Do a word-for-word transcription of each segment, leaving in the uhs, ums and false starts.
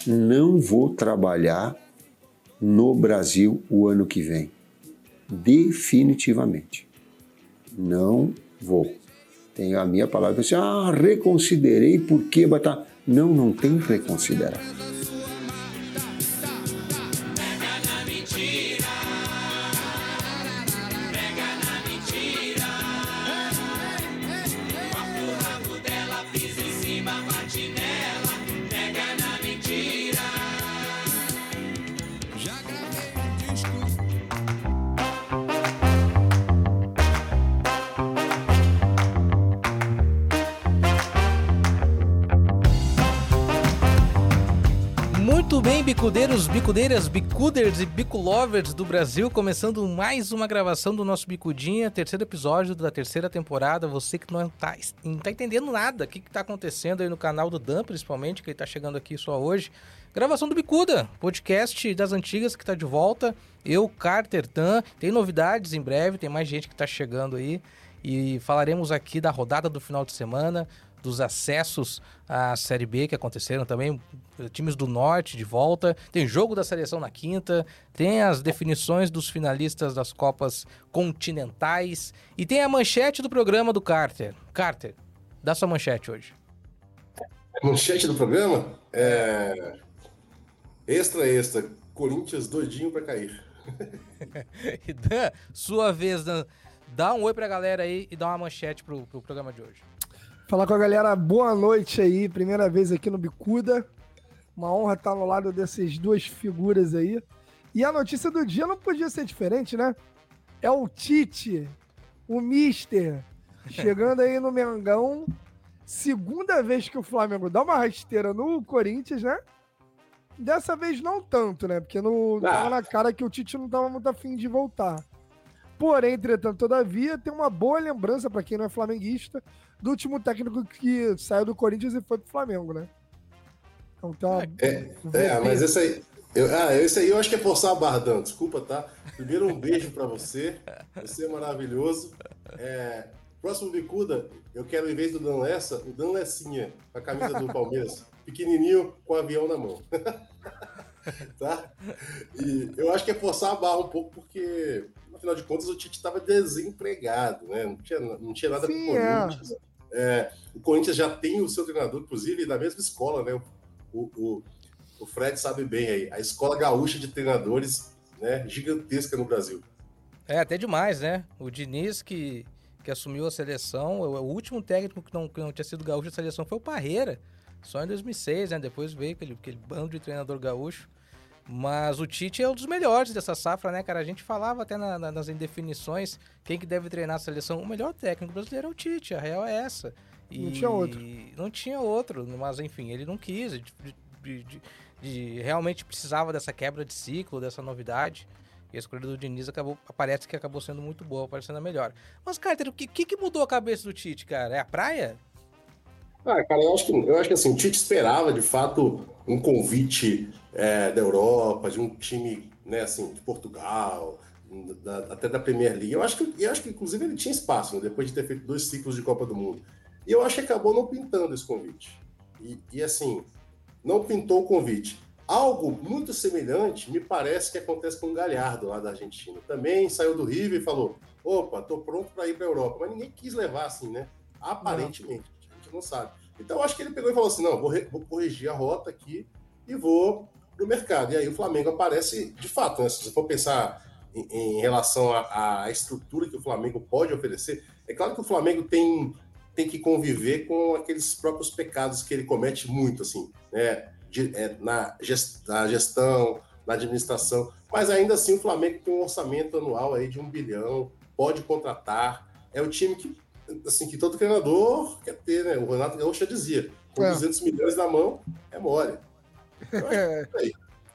não vou trabalhar no Brasil o ano que vem. Definitivamente. Não vou. Tenho a minha palavra assim, ah, reconsiderei, por que botar? Não, não tem reconsiderar. Muito bem, bicudeiros, bicudeiras, bicuders e biculovers do Brasil, começando mais uma gravação do nosso Bicudinha, terceiro episódio da terceira temporada. Você que não está não tá entendendo nada, o que está acontecendo aí no canal do Dan, principalmente, que ele está chegando aqui só hoje. Gravação do Bicuda, podcast das antigas que está de volta. Eu, Carter, Dan, tem novidades em breve, tem mais gente que está chegando aí. E falaremos aqui da rodada do final de semana, dos acessos à Série B que aconteceram também, times do Norte de volta, tem jogo da seleção na quinta, tem as definições dos finalistas das Copas Continentais e tem a manchete do programa do Carter. Carter, dá sua manchete hoje. A manchete do programa é extra, extra, Corinthians doidinho pra cair. E Dan, sua vez, Dan, dá um oi pra galera aí e dá uma manchete pro, pro programa de hoje. Falar com a galera, boa noite aí, primeira vez aqui no Bicuda, uma honra estar no lado dessas duas figuras aí, e a notícia do dia não podia ser diferente, né? É o Tite, o Mister, chegando aí no Mengão, segunda vez que o Flamengo dá uma rasteira no Corinthians, né? Dessa vez não tanto, né? Porque no, ah. tava na cara que o Tite não tava muito afim de voltar. Porém, entretanto, todavia, tem uma boa lembrança para quem não é flamenguista do último técnico que saiu do Corinthians e foi pro Flamengo, né? Então tá. É, é mas esse aí. Eu, ah, esse aí eu acho que é forçar a barra, Dan. Desculpa, tá? Primeiro, um beijo para você. Você é maravilhoso. É, próximo Bicuda, eu quero, em vez do Dan Lessa, o Dan Lessinha, com a camisa do Palmeiras. Pequenininho, com o avião na mão. Tá? E eu acho que é forçar a barra um pouco, porque, afinal de contas, o Tite estava desempregado, né? Não tinha, não tinha nada Sim, com o Corinthians. É. É, o Corinthians já tem o seu treinador, inclusive, da mesma escola, né? O, o, o Fred sabe bem aí. A escola gaúcha de treinadores, né? Gigantesca no Brasil. É, até demais, né? O Diniz, que, que assumiu a seleção, o, o último técnico que não, que não tinha sido gaúcho da seleção foi o Parreira. Só em dois mil e seis, né? Depois veio aquele, aquele bando de treinador gaúcho. Mas o Tite é um dos melhores dessa safra, né, cara? A gente falava até na, na, nas indefinições quem que deve treinar a seleção. O melhor técnico brasileiro é o Tite, a real é essa. E não tinha outro. Não tinha outro, mas enfim, ele não quis. De, de, de, de, realmente precisava dessa quebra de ciclo, dessa novidade. E a escolha do Diniz acabou, parece que acabou sendo muito boa, parecendo a melhor. Mas, Carter, o que, que, que mudou a cabeça do Tite, cara? É a praia? Ah, cara, eu acho que, eu acho que assim, o Tite esperava, de fato, um convite é, da Europa, de um time, né, assim, de Portugal, da, até da Premier League. Eu acho, que, eu acho que, inclusive, ele tinha espaço, né, depois de ter feito dois ciclos de Copa do Mundo. E eu acho que acabou não pintando esse convite. E, e assim, não pintou o convite. Algo muito semelhante, me parece que acontece com o Galhardo, lá da Argentina. Também saiu do River e falou, opa, tô pronto para ir para a Europa. Mas ninguém quis levar assim, né? Aparentemente. Não. Não sabe. Então, eu acho que ele pegou e falou assim, não, vou, re- vou corrigir a rota aqui e vou pro mercado. E aí o Flamengo aparece, de fato, né? Se você for pensar em, em relação à, à estrutura que o Flamengo pode oferecer, é claro que o Flamengo tem, tem que conviver com aqueles próprios pecados que ele comete muito, assim, né? De, é, na, gest, na gestão, na administração, mas ainda assim o Flamengo tem um orçamento anual aí de um bilhão, pode contratar, é o time que assim, que todo treinador quer ter, né? O Renato Gaúcho já dizia, com é. duzentos milhões na mão, é mole. Então, é aí.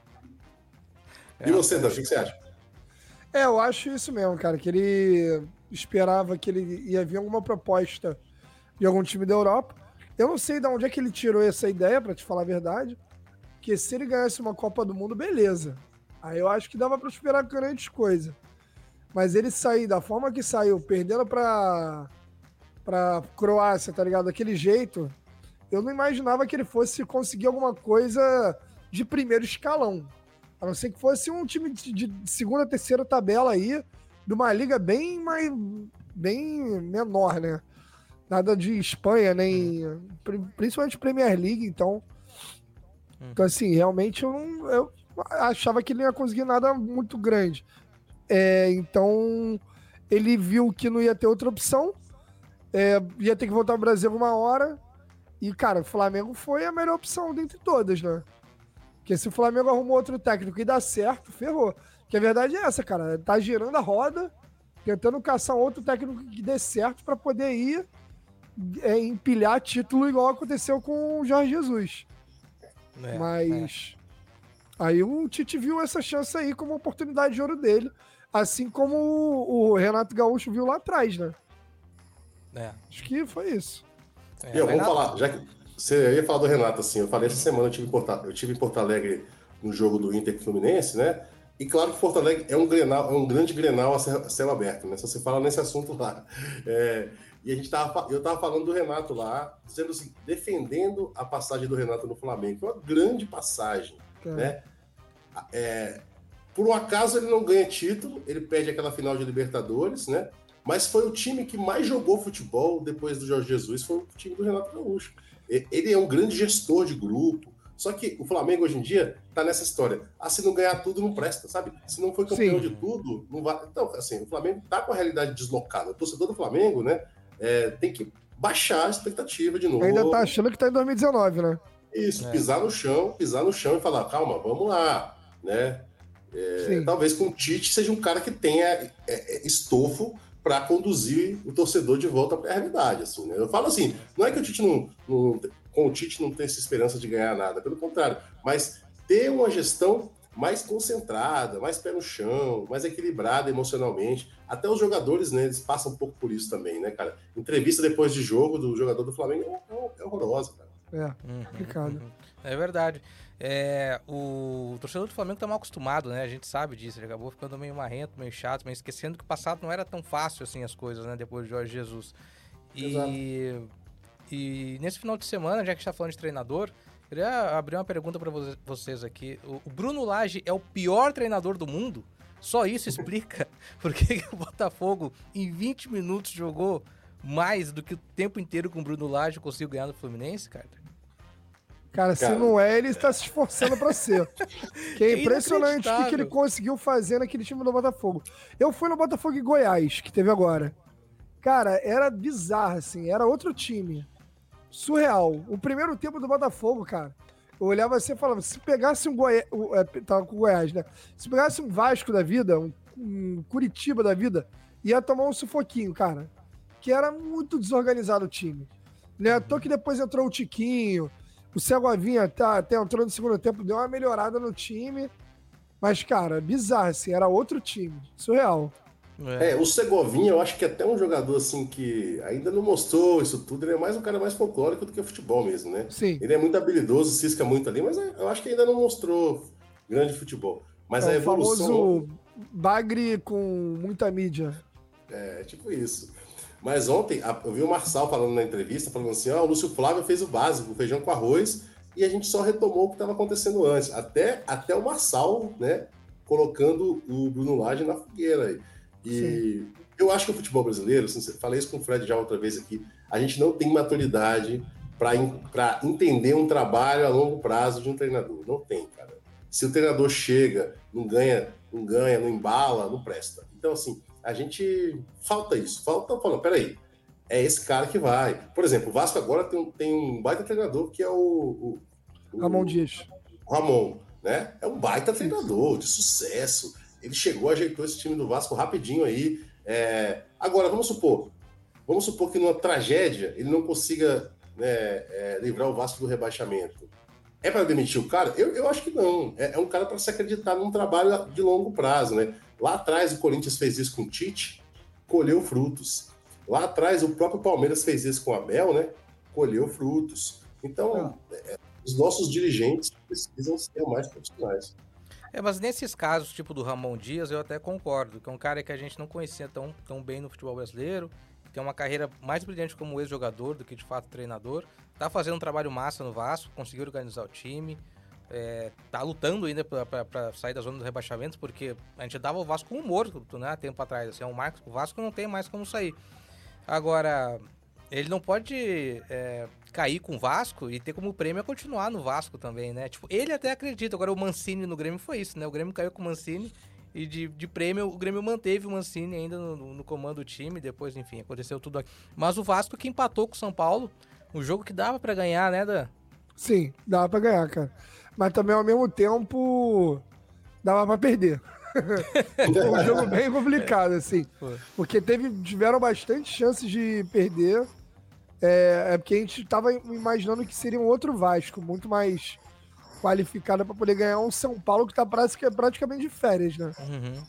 E é, você, Dan, o que você acha? É, eu acho isso mesmo, cara, que ele esperava que ele ia vir alguma proposta de algum time da Europa. Eu não sei de onde é que ele tirou essa ideia, pra te falar a verdade, porque se ele ganhasse uma Copa do Mundo, beleza. Aí eu acho que dava pra esperar grandes coisas. Mas ele sair da forma que saiu, perdendo pra... pra Croácia, tá ligado? Daquele jeito, eu não imaginava que ele fosse conseguir alguma coisa de primeiro escalão. A não ser que fosse um time de, de segunda, terceira tabela aí, de uma liga bem mais, bem menor, né? Nada de Espanha, nem... Principalmente Premier League, então... Então, assim, realmente eu, não, eu achava que ele não ia conseguir nada muito grande. É, então, ele viu que não ia ter outra opção, é, ia ter que voltar ao Brasil uma hora, e, cara, o Flamengo foi a melhor opção dentre todas, né? Porque se o Flamengo arrumou outro técnico e dá certo, ferrou. Que a verdade é essa, cara, tá girando a roda, tentando caçar um outro técnico que dê certo pra poder ir é, empilhar título igual aconteceu com o Jorge Jesus. É, Mas é. Aí o Tite viu essa chance aí como oportunidade de ouro dele, assim como o, o Renato Gaúcho viu lá atrás, né? É. Acho que foi isso. É, e eu vou falar, já que você ia falar do Renato, assim, eu falei essa semana, eu tive, em Porto, eu tive em Porto Alegre no jogo do Inter Fluminense, né? E claro que Porto Alegre é um, grenal, é um grande Grenal a céu aberto, né? Só você fala nesse assunto lá. É, e a gente tava, eu tava falando do Renato lá, dizendo assim, defendendo a passagem do Renato no Flamengo, que é uma grande passagem, é. né? É, por um acaso ele não ganha título, ele perde aquela final de Libertadores, né? Mas foi o time que mais jogou futebol depois do Jorge Jesus, foi o time do Renato Gaúcho. Ele é um grande gestor de grupo, só que o Flamengo hoje em dia tá nessa história, ah, se não ganhar tudo não presta, sabe? Se não for campeão Sim. de tudo, não vai... Então, assim, o Flamengo tá com a realidade deslocada. O torcedor do Flamengo, né, é, tem que baixar a expectativa de novo. Ainda tá achando que tá em dois mil e dezenove, né? Isso, é. pisar no chão, pisar no chão e falar, calma, vamos lá, né? É, talvez com o Tite seja um cara que tenha é, é, estofo para conduzir o torcedor de volta para a realidade, assim, né? Eu falo assim, não é que o Tite não, não, com o Tite não tem essa esperança de ganhar nada, pelo contrário, mas ter uma gestão mais concentrada, mais pé no chão, mais equilibrada emocionalmente. Até os jogadores, né, eles passam um pouco por isso também, né, cara? Entrevista depois de jogo do jogador do Flamengo é, é horrorosa, cara. É, complicado. Uhum, uhum. É verdade. É, o torcedor do Flamengo tá mal acostumado, né? A gente sabe disso. Ele acabou ficando meio marrento, meio chato, meio esquecendo que o passado não era tão fácil assim as coisas, né? Depois de Jorge Jesus. E, e nesse final de semana, já que a gente tá falando de treinador, eu queria abrir uma pergunta para vocês aqui. O Bruno Lage é o pior treinador do mundo? Só isso explica por que o Botafogo em vinte minutos jogou mais do que o tempo inteiro com o Bruno Lage conseguiu ganhar no Fluminense, cara? Cara, se Cara, não é, ele está se esforçando para ser. Que é impressionante o que ele conseguiu fazer naquele time do Botafogo. Eu fui no Botafogo e Goiás, que teve agora. Cara, era bizarro, assim. Era outro time. Surreal. O primeiro tempo do Botafogo, cara, eu olhava assim e falava, se pegasse um Goiás... Tava com o Goiás, né? Se pegasse um Vasco da vida, um, um Curitiba da vida, ia tomar um sufoquinho, cara. Que era muito desorganizado o time. Né? Tô que depois entrou o Tiquinho... O Segovinha tá, até entrou no segundo tempo, deu uma melhorada no time. Mas, cara, bizarro, assim, era outro time. Surreal. É, é o Segovinha, eu acho que é até um jogador, assim, que ainda não mostrou isso tudo. Ele é mais um cara mais folclórico do que futebol mesmo, né? Sim. Ele é muito habilidoso, cisca muito ali, mas eu acho que ainda não mostrou grande futebol. Mas é, a evolução... O famoso bagre com muita mídia. É, tipo isso. Mas ontem, eu vi o Marçal falando na entrevista, falando assim, ó, oh, o Lúcio Flávio fez o básico, feijão com arroz, e a gente só retomou o que estava acontecendo antes. Até, até o Marçal, né, colocando o Bruno Lage na fogueira. E Sim. eu acho que o futebol brasileiro, assim, falei isso com o Fred já outra vez aqui, a gente não tem maturidade para entender um trabalho a longo prazo de um treinador. Não tem, cara. Se o treinador chega, não ganha, não ganha, não embala, não presta. Então, assim... A gente... Falta isso. Falta... Falando, peraí. É esse cara que vai. Por exemplo, o Vasco agora tem, tem um baita treinador que é o... o, o Ramon Dias. O Ramon, né? É um baita treinador de sucesso. Ele chegou, ajeitou esse time do Vasco rapidinho aí. É... Agora, vamos supor... Vamos supor que numa tragédia ele não consiga, né, é, livrar o Vasco do rebaixamento. É para demitir o cara? Eu, eu acho que não. É, é um cara para se acreditar num trabalho de longo prazo, né? Lá atrás o Corinthians fez isso com o Tite, colheu frutos. Lá atrás o próprio Palmeiras fez isso com o Abel, né? Colheu frutos. Então, é, os nossos dirigentes precisam ser mais profissionais. É, mas nesses casos, tipo do Ramon Dias, eu até concordo, que é um cara que a gente não conhecia tão, tão bem no futebol brasileiro, que tem uma carreira mais brilhante como ex-jogador do que de fato treinador, tá fazendo um trabalho massa no Vasco, conseguiu organizar o time, é, tá lutando ainda pra, pra, pra sair da zona do rebaixamento, porque a gente dava o Vasco como morto, né, tempo atrás, assim, é um marco, o Vasco não tem mais como sair. Agora, ele não pode é, cair com o Vasco e ter como prêmio continuar no Vasco também, né? Tipo, ele até acredita, agora o Mancini no Grêmio foi isso, né? O Grêmio caiu com o Mancini e de, de prêmio o Grêmio manteve o Mancini ainda no, no comando do time, depois, enfim, aconteceu tudo aqui. Mas o Vasco que empatou com o São Paulo, um jogo que dava pra ganhar, né, Dan? Sim, dava pra ganhar, cara. Mas também, ao mesmo tempo, dava pra perder. Foi um jogo bem complicado, assim. Porque teve, tiveram bastante chances de perder. É, é porque a gente tava imaginando que seria um outro Vasco, muito mais qualificado para poder ganhar um São Paulo que tá praticamente de férias, né? Uhum.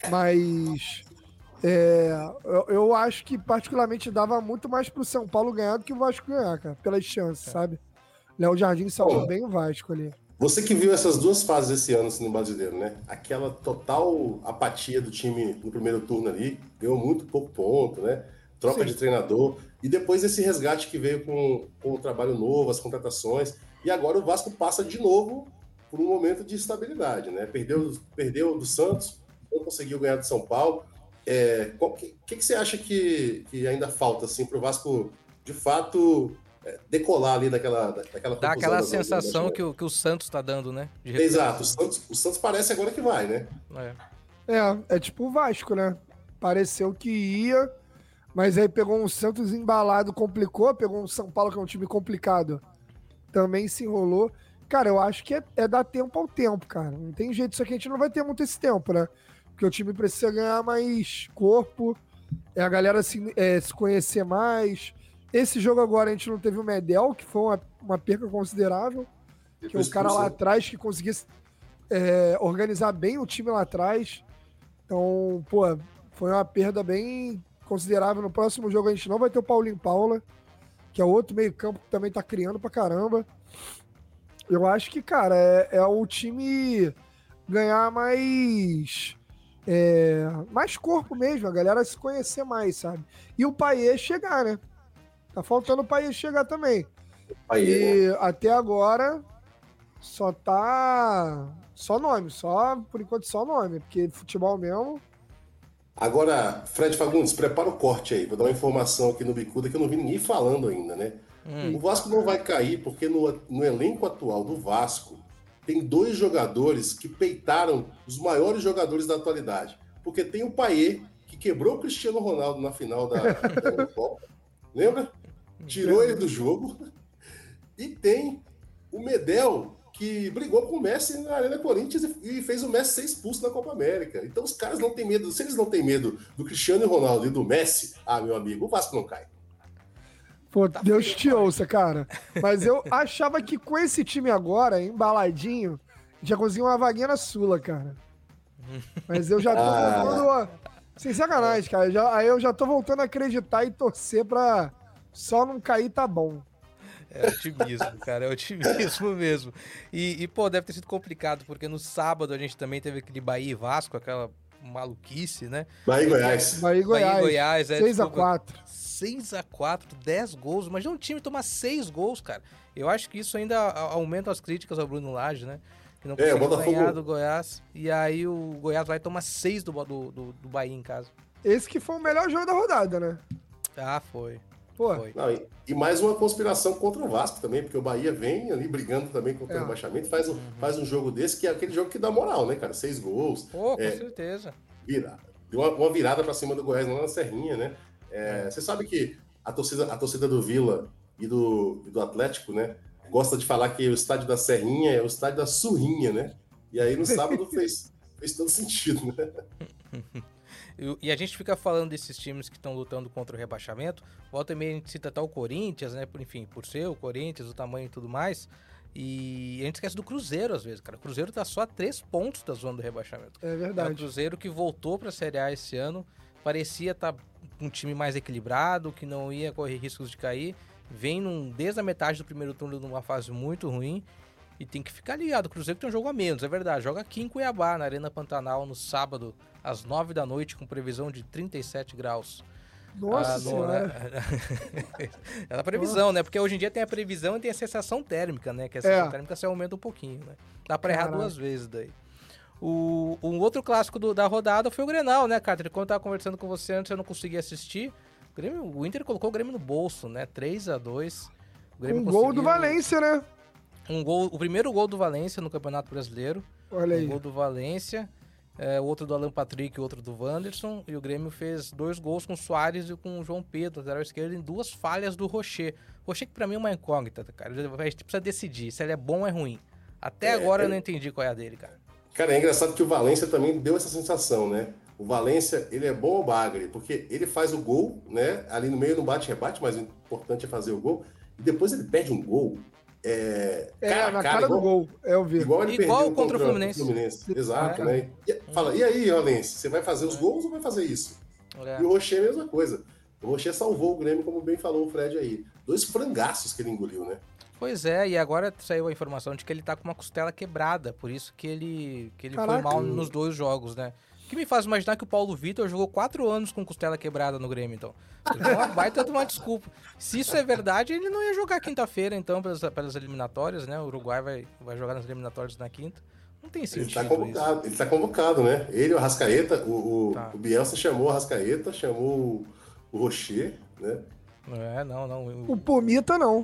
Mas é, eu, eu acho que particularmente dava muito mais pro São Paulo ganhar do que o Vasco ganhar, cara, pelas chances, é. sabe? Léo Jardim salvou bem o Vasco ali. Você que viu essas duas fases esse ano assim, no Brasileiro, né? Aquela total apatia do time no primeiro turno ali, ganhou muito pouco ponto, né? Troca Sim. de treinador. E depois esse resgate que veio com, com o trabalho novo, as contratações. E agora o Vasco passa de novo por um momento de estabilidade, né? Perdeu, perdeu do Santos, não conseguiu ganhar do São Paulo. É, o que, que, que você acha que, que ainda falta assim, para o Vasco, de fato, é, decolar ali daquela daquela Dá aquela sensação que o, que o Santos está dando, né? Exato. O Santos, o Santos parece agora que vai, né? É. é, é tipo o Vasco, né? Pareceu que ia, mas aí pegou um Santos embalado, complicou, pegou um São Paulo que é um time complicado, também se enrolou. Cara, eu acho que é, é dar tempo ao tempo, cara. Não tem jeito, só que a gente não vai ter muito esse tempo, né? Porque o time precisa ganhar mais corpo, é a galera se, é, se conhecer mais. Esse jogo agora a gente não teve o Medel, que foi uma, uma perca considerável, que é o cara lá atrás que conseguia é, organizar bem o time lá atrás. Então, pô, foi uma perda bem considerável. No próximo jogo a gente não vai ter o Paulinho Paula, que é outro meio campo que também tá criando pra caramba. Eu acho que, cara, é, é o time ganhar mais... É, mais corpo mesmo, a galera se conhecer mais, sabe? E o Payet chegar, né? Tá faltando o Payet chegar também. Payet, e né? Até agora só tá... Só nome, só, por enquanto só nome, porque futebol mesmo... Agora, Fred Fagundes, prepara o corte aí. Vou dar uma informação aqui no Bicuda que eu não vi ninguém falando ainda, né? Hum. O Vasco não vai cair porque no, no elenco atual do Vasco tem dois jogadores que peitaram os maiores jogadores da atualidade. Porque tem o Payet, que quebrou o Cristiano Ronaldo na final da, da Copa. Lembra? Tirou ele do jogo. E tem o Medel, que brigou com o Messi na Arena Corinthians e fez o Messi ser expulso na Copa América. Então os caras não têm medo. Se eles não têm medo do Cristiano Ronaldo e do Messi, ah, meu amigo, o Vasco não cai. Pô, tá Deus feio, te ouça, cara. Mas eu achava que com esse time agora, embaladinho, já conseguiu uma vaguinha na Sula, cara. Mas eu já tô ah. voltando... Sem sacanagem, cara. Já, aí eu já tô voltando a acreditar e torcer pra só não cair, tá bom. É otimismo, cara, é otimismo mesmo. E, e, pô, deve ter sido complicado, porque no sábado a gente também teve aquele Bahia e Vasco, aquela maluquice, né? Bahia e Goiás. Bahia e Goiás. Bahia e Goiás, é, seis a quatro. seis a quatro, dez gols. Imagina um time tomar seis gols, cara. Eu acho que isso ainda aumenta as críticas ao Bruno Lage, né? Que não conseguiu é, ganhar do Goiás. E aí o Goiás vai tomar seis do, do, do, do Bahia em casa. Esse que foi o melhor jogo da rodada, né? Ah, foi. Pô. Foi. Não, e, e mais uma conspiração contra o Vasco também, porque o Bahia vem ali brigando também contra é. o rebaixamento, faz um, uhum. faz um jogo desse, que é aquele jogo que dá moral, né, cara? Seis gols. Pô, com é, certeza. Vira, deu uma, uma virada pra cima do Goiás lá na Serrinha, né? É, é. Você sabe que a torcida, a torcida do Vila e do, do Atlético, né, gosta de falar que o estádio da Serrinha é o estádio da Surrinha, né? E aí no sábado fez, fez todo sentido, né? E a gente fica falando desses times que estão lutando contra o rebaixamento. Volta e meia a gente cita até o Corinthians, né? Enfim, por ser o Corinthians, o tamanho e tudo mais. E a gente esquece do Cruzeiro às vezes, cara. O Cruzeiro tá só a três pontos da zona do rebaixamento. É verdade. É o Cruzeiro que voltou pra Série A esse ano. Parecia estar tá um time mais equilibrado, que não ia correr riscos de cair. Vem num, desde a metade do primeiro turno numa fase muito ruim. E tem que ficar ligado, o Cruzeiro tem um jogo a menos, é verdade. Joga aqui em Cuiabá, na Arena Pantanal, no sábado, às nove da noite, com previsão de trinta e sete graus. Nossa Ah, não, senhora. né? É a previsão, Nossa. né? Porque hoje em dia tem a previsão e tem a sensação térmica, né? Que a sensação é. térmica se aumenta um pouquinho, né? Dá pra errar duas vezes daí. O, um outro clássico do, da rodada foi o Grenal, né, Cáter? Quando eu tava conversando com você antes, eu não consegui assistir. O, Grêmio, o Inter colocou o Grêmio no bolso, né? três a dois. O Grêmio um conseguiu... gol do Valência, né? Um gol, o primeiro gol do Valência no Campeonato Brasileiro. Olha aí. Um gol do Valência. É, outro do Alan Patrick e outro do Wanderson, e o Grêmio fez dois gols com o Soares e com o João Pedro, lateral esquerdo, em duas falhas do Rocher. Rocher que pra mim é uma incógnita, cara, a gente precisa decidir se ele é bom ou é ruim. Até é, agora é... eu não entendi qual é a dele, cara. Cara, é engraçado que o Valência também deu essa sensação, né? O Valência, ele é bom ou bagre, porque ele faz o gol, né? Ali no meio não bate-rebate, mas o importante é fazer o gol, e depois ele perde um gol. É, é cara, na cara, cara igual, do gol, é o vi. Igual ele igual perdeu contra, contra o Fluminense. Fluminense. Exato, é. né? E, fala, e aí, Valência, você vai fazer os gols ou vai fazer isso? É. E o Rocher é a mesma coisa. O Rocher salvou o Grêmio, como bem falou o Fred aí. Dois frangaços que ele engoliu, né? Pois é, e agora saiu a informação de que ele tá com uma costela quebrada, por isso que ele, que ele foi mal nos dois jogos, né? O que me faz imaginar que o Paulo Vitor jogou quatro anos com costela quebrada no Grêmio, então. Então uma baita de uma desculpa. Se isso é verdade, ele não ia jogar quinta-feira, então, pelas, pelas eliminatórias, né? O Uruguai vai, vai jogar nas eliminatórias na quinta. Não tem sentido. Ele tá convocado, isso. Ele tá convocado, né? Ele, o Arrascaeta, o, o, tá. o Bielsa chamou o Arrascaeta, chamou o, o Rocher, né? É, não, não. Eu... O Pomita não.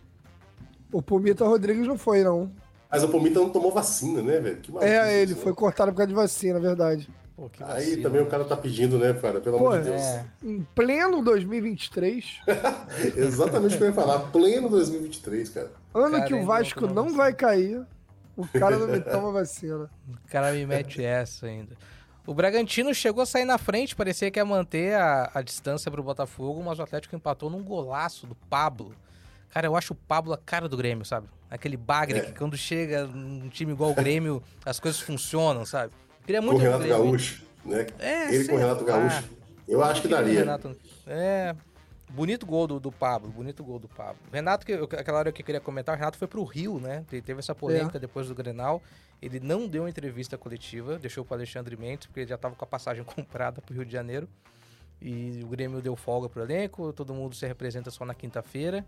O Pomita Rodrigues não foi, não. Mas o Pomita não tomou vacina, né, velho? Que é, ele isso, foi né? cortado por causa de vacina, verdade. Pô, aí vacina, também né? o cara tá pedindo, né, cara? Pelo Pô, amor de Deus. É. Em pleno dois mil e vinte e três. Exatamente o que eu ia falar. Pleno dois mil e vinte e três, cara. Ano cara, que o então, Vasco não, não vai cair, o cara não me toma vacina. O cara me mete essa ainda. O Bragantino chegou a sair na frente, parecia que ia manter a, a distância pro Botafogo, mas o Atlético empatou num golaço do Pablo. Cara, eu acho o Pablo a cara do Grêmio, sabe? Aquele bagre é. que quando chega num time igual o Grêmio, as coisas funcionam, sabe? Queria muito com o Renato Gaúcho, né? É, ele com o Renato Gaúcho. Eu acho que daria. Renato... É, bonito gol do, do Pablo, bonito gol do Pablo. O Renato, que, aquela hora que eu queria comentar, o Renato foi pro Rio, né? Ele teve essa polêmica é. depois do Grenal. Ele não deu uma entrevista coletiva, deixou pro Alexandre Mendes, porque ele já tava com a passagem comprada pro Rio de Janeiro. E o Grêmio deu folga pro elenco, todo mundo se representa só na quinta-feira.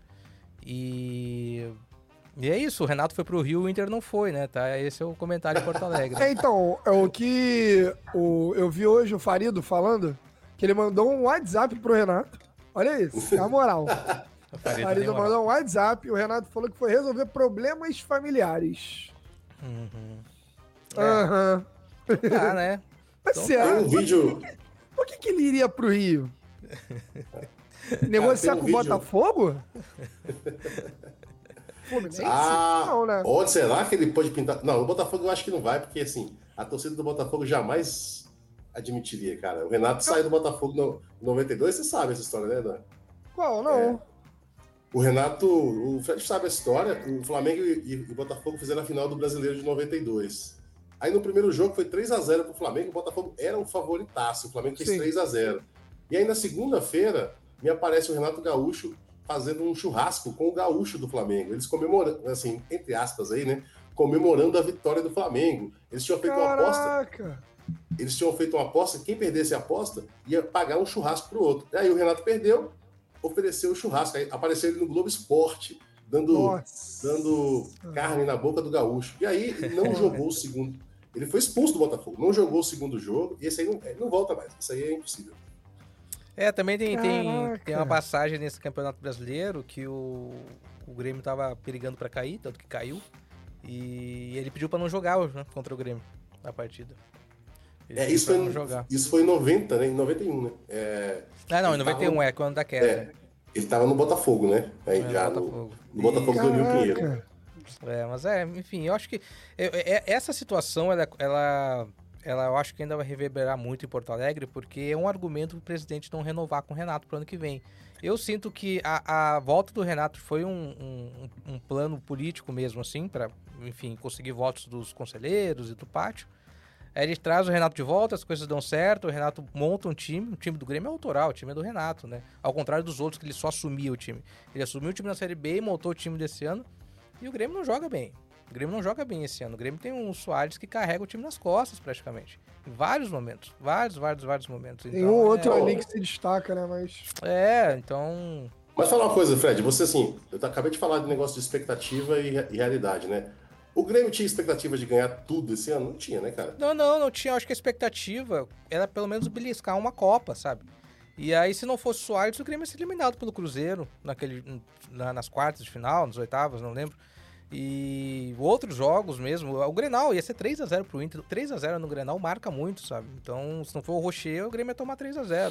E... e é isso, o Renato foi pro Rio, o Inter não foi, né? Tá? Esse é o comentário em Porto Alegre. É, então, é o que o, eu vi hoje o Farido falando, que ele mandou um WhatsApp pro Renato. Olha isso, é a moral. O Farido, Farido mandou um WhatsApp e o Renato falou que foi resolver problemas familiares. Uhum. Aham. É. Uhum. Ah, né? Mas então, será? Um vídeo... Por que, que ele iria pro Rio? Negociar ah, um com o vídeo... Botafogo? Fluminense? Ah, não, né? Onde será que ele pode pintar? Não, o Botafogo eu acho que não vai, porque assim, a torcida do Botafogo jamais admitiria, cara. O Renato saiu do Botafogo no noventa e dois, você sabe essa história, né, Dan? Qual? Não. É, o Renato, o Fred sabe a história, o Flamengo e o Botafogo fizeram a final do Brasileiro de noventa e dois. Aí no primeiro jogo foi três a zero pro Flamengo, o Botafogo era um favoritaço, o Flamengo fez Sim. três a zero. E aí na segunda-feira, me aparece o Renato Gaúcho fazendo um churrasco com o Gaúcho do Flamengo. Eles comemorando, assim, entre aspas aí, né? Comemorando a vitória do Flamengo. Eles tinham feito Caraca. uma aposta. Eles tinham feito uma aposta, quem perdesse a aposta ia pagar um churrasco pro outro. E aí o Renato perdeu, ofereceu o churrasco. Aí apareceu ele no Globo Esporte, dando, dando carne na boca do Gaúcho. E aí ele não jogou o segundo. Ele foi expulso do Botafogo, não jogou o segundo jogo, e esse aí não, não volta mais. Isso aí é impossível. É, também tem, tem, tem uma passagem nesse Campeonato Brasileiro que o, o Grêmio tava perigando para cair, tanto que caiu. E ele pediu para não jogar hoje, né, contra o Grêmio, a partida. Ele é, isso foi, não jogar. Isso foi em noventa, né? Em noventa e um, né? É, ah, não, em noventa e um, tava, é, quando da queda. É, ele tava no Botafogo, né? Aí é, já no Botafogo, no, no Botafogo do Rio Pinheiro. É, mas é, enfim, eu acho que é, é, essa situação, ela, ela, ela eu acho que ainda vai reverberar muito em Porto Alegre, porque é um argumento para o presidente não renovar com o Renato pro ano que vem. Eu sinto que a, a volta do Renato foi um, um, um plano político mesmo, assim, para, enfim, conseguir votos dos conselheiros e do pátio. Aí ele traz o Renato de volta, as coisas dão certo, o Renato monta um time, o time do Grêmio é autoral, o time é do Renato, né? Ao contrário dos outros, que ele só assumia o time. Ele assumiu o time na Série B e montou o time desse ano, e o Grêmio não joga bem. O Grêmio não joga bem esse ano. O Grêmio tem um Soares que carrega o time nas costas, praticamente. Em vários momentos. Vários, váriros, vários momentos. Tem então, um outro é... ali que se destaca, né? Mas. É, então. Mas falar uma coisa, Fred, você assim, eu acabei de falar de negócio de expectativa e, e realidade, né? O Grêmio tinha expectativa de ganhar tudo esse ano? Não tinha, né, cara? Não, não, não tinha. Eu acho que a expectativa era pelo menos beliscar uma Copa, sabe? E aí, se não fosse o Soares, o Grêmio ia ser eliminado pelo Cruzeiro naquele, na, nas quartas de final, nas oitavas, não lembro. E outros jogos mesmo. O Grenal ia ser três a zero pro Inter. três a zero no Grenal marca muito, sabe? Então, se não for o Rocher, o Grêmio ia tomar três a zero.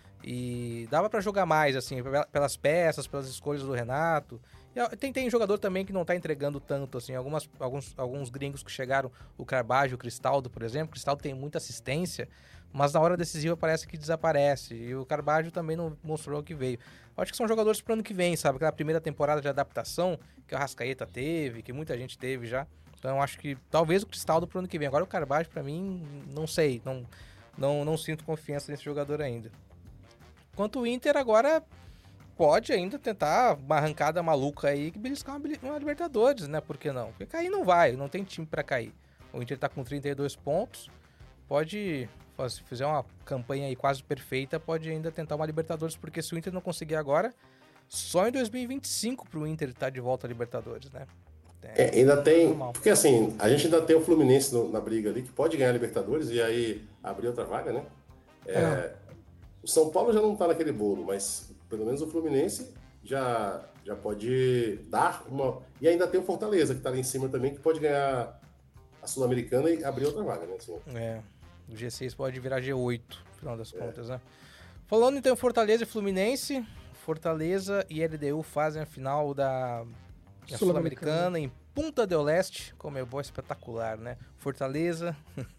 E dava pra jogar mais, assim, pelas peças, pelas escolhas do Renato. E tem, tem jogador também que não tá entregando tanto, assim. Algumas, alguns, alguns gringos que chegaram, o Carbajo, o Cristaldo, por exemplo. O Cristaldo tem muita assistência, mas na hora decisiva parece que desaparece. E o Carbajo também não mostrou o que veio. Eu acho que são jogadores pro ano que vem, sabe? Aquela primeira temporada de adaptação que o Arrascaeta teve, que muita gente teve já. Então eu acho que talvez o Cristaldo pro ano que vem. Agora o Carbajo, pra mim, não sei. Não, não, não sinto confiança nesse jogador ainda. Enquanto o Inter agora pode ainda tentar uma arrancada maluca aí que beliscar uma, uma Libertadores, né? Por que não? Porque cair não vai, não tem time pra cair. O Inter tá com trinta e dois pontos, pode, se fizer uma campanha aí quase perfeita, pode ainda tentar uma Libertadores, porque se o Inter não conseguir agora, só em dois mil e vinte e cinco pro Inter estar de volta à Libertadores, né? É, é, ainda tem, normal. Porque assim, a gente ainda tem o Fluminense no, na briga ali, que pode ganhar a Libertadores e aí abrir outra vaga, né? É, é. O São Paulo já não tá naquele bolo, mas pelo menos o Fluminense já, já pode dar uma... E ainda tem o Fortaleza, que tá ali em cima também, que pode ganhar a Sul-Americana e abrir outra vaga, né? Assim. É, o G seis pode virar G oito, no final das é. contas, né? Falando então Fortaleza e Fluminense, Fortaleza e L D U fazem a final da Sul-Americana em Punta del Este, como é bom, espetacular, né? Fortaleza,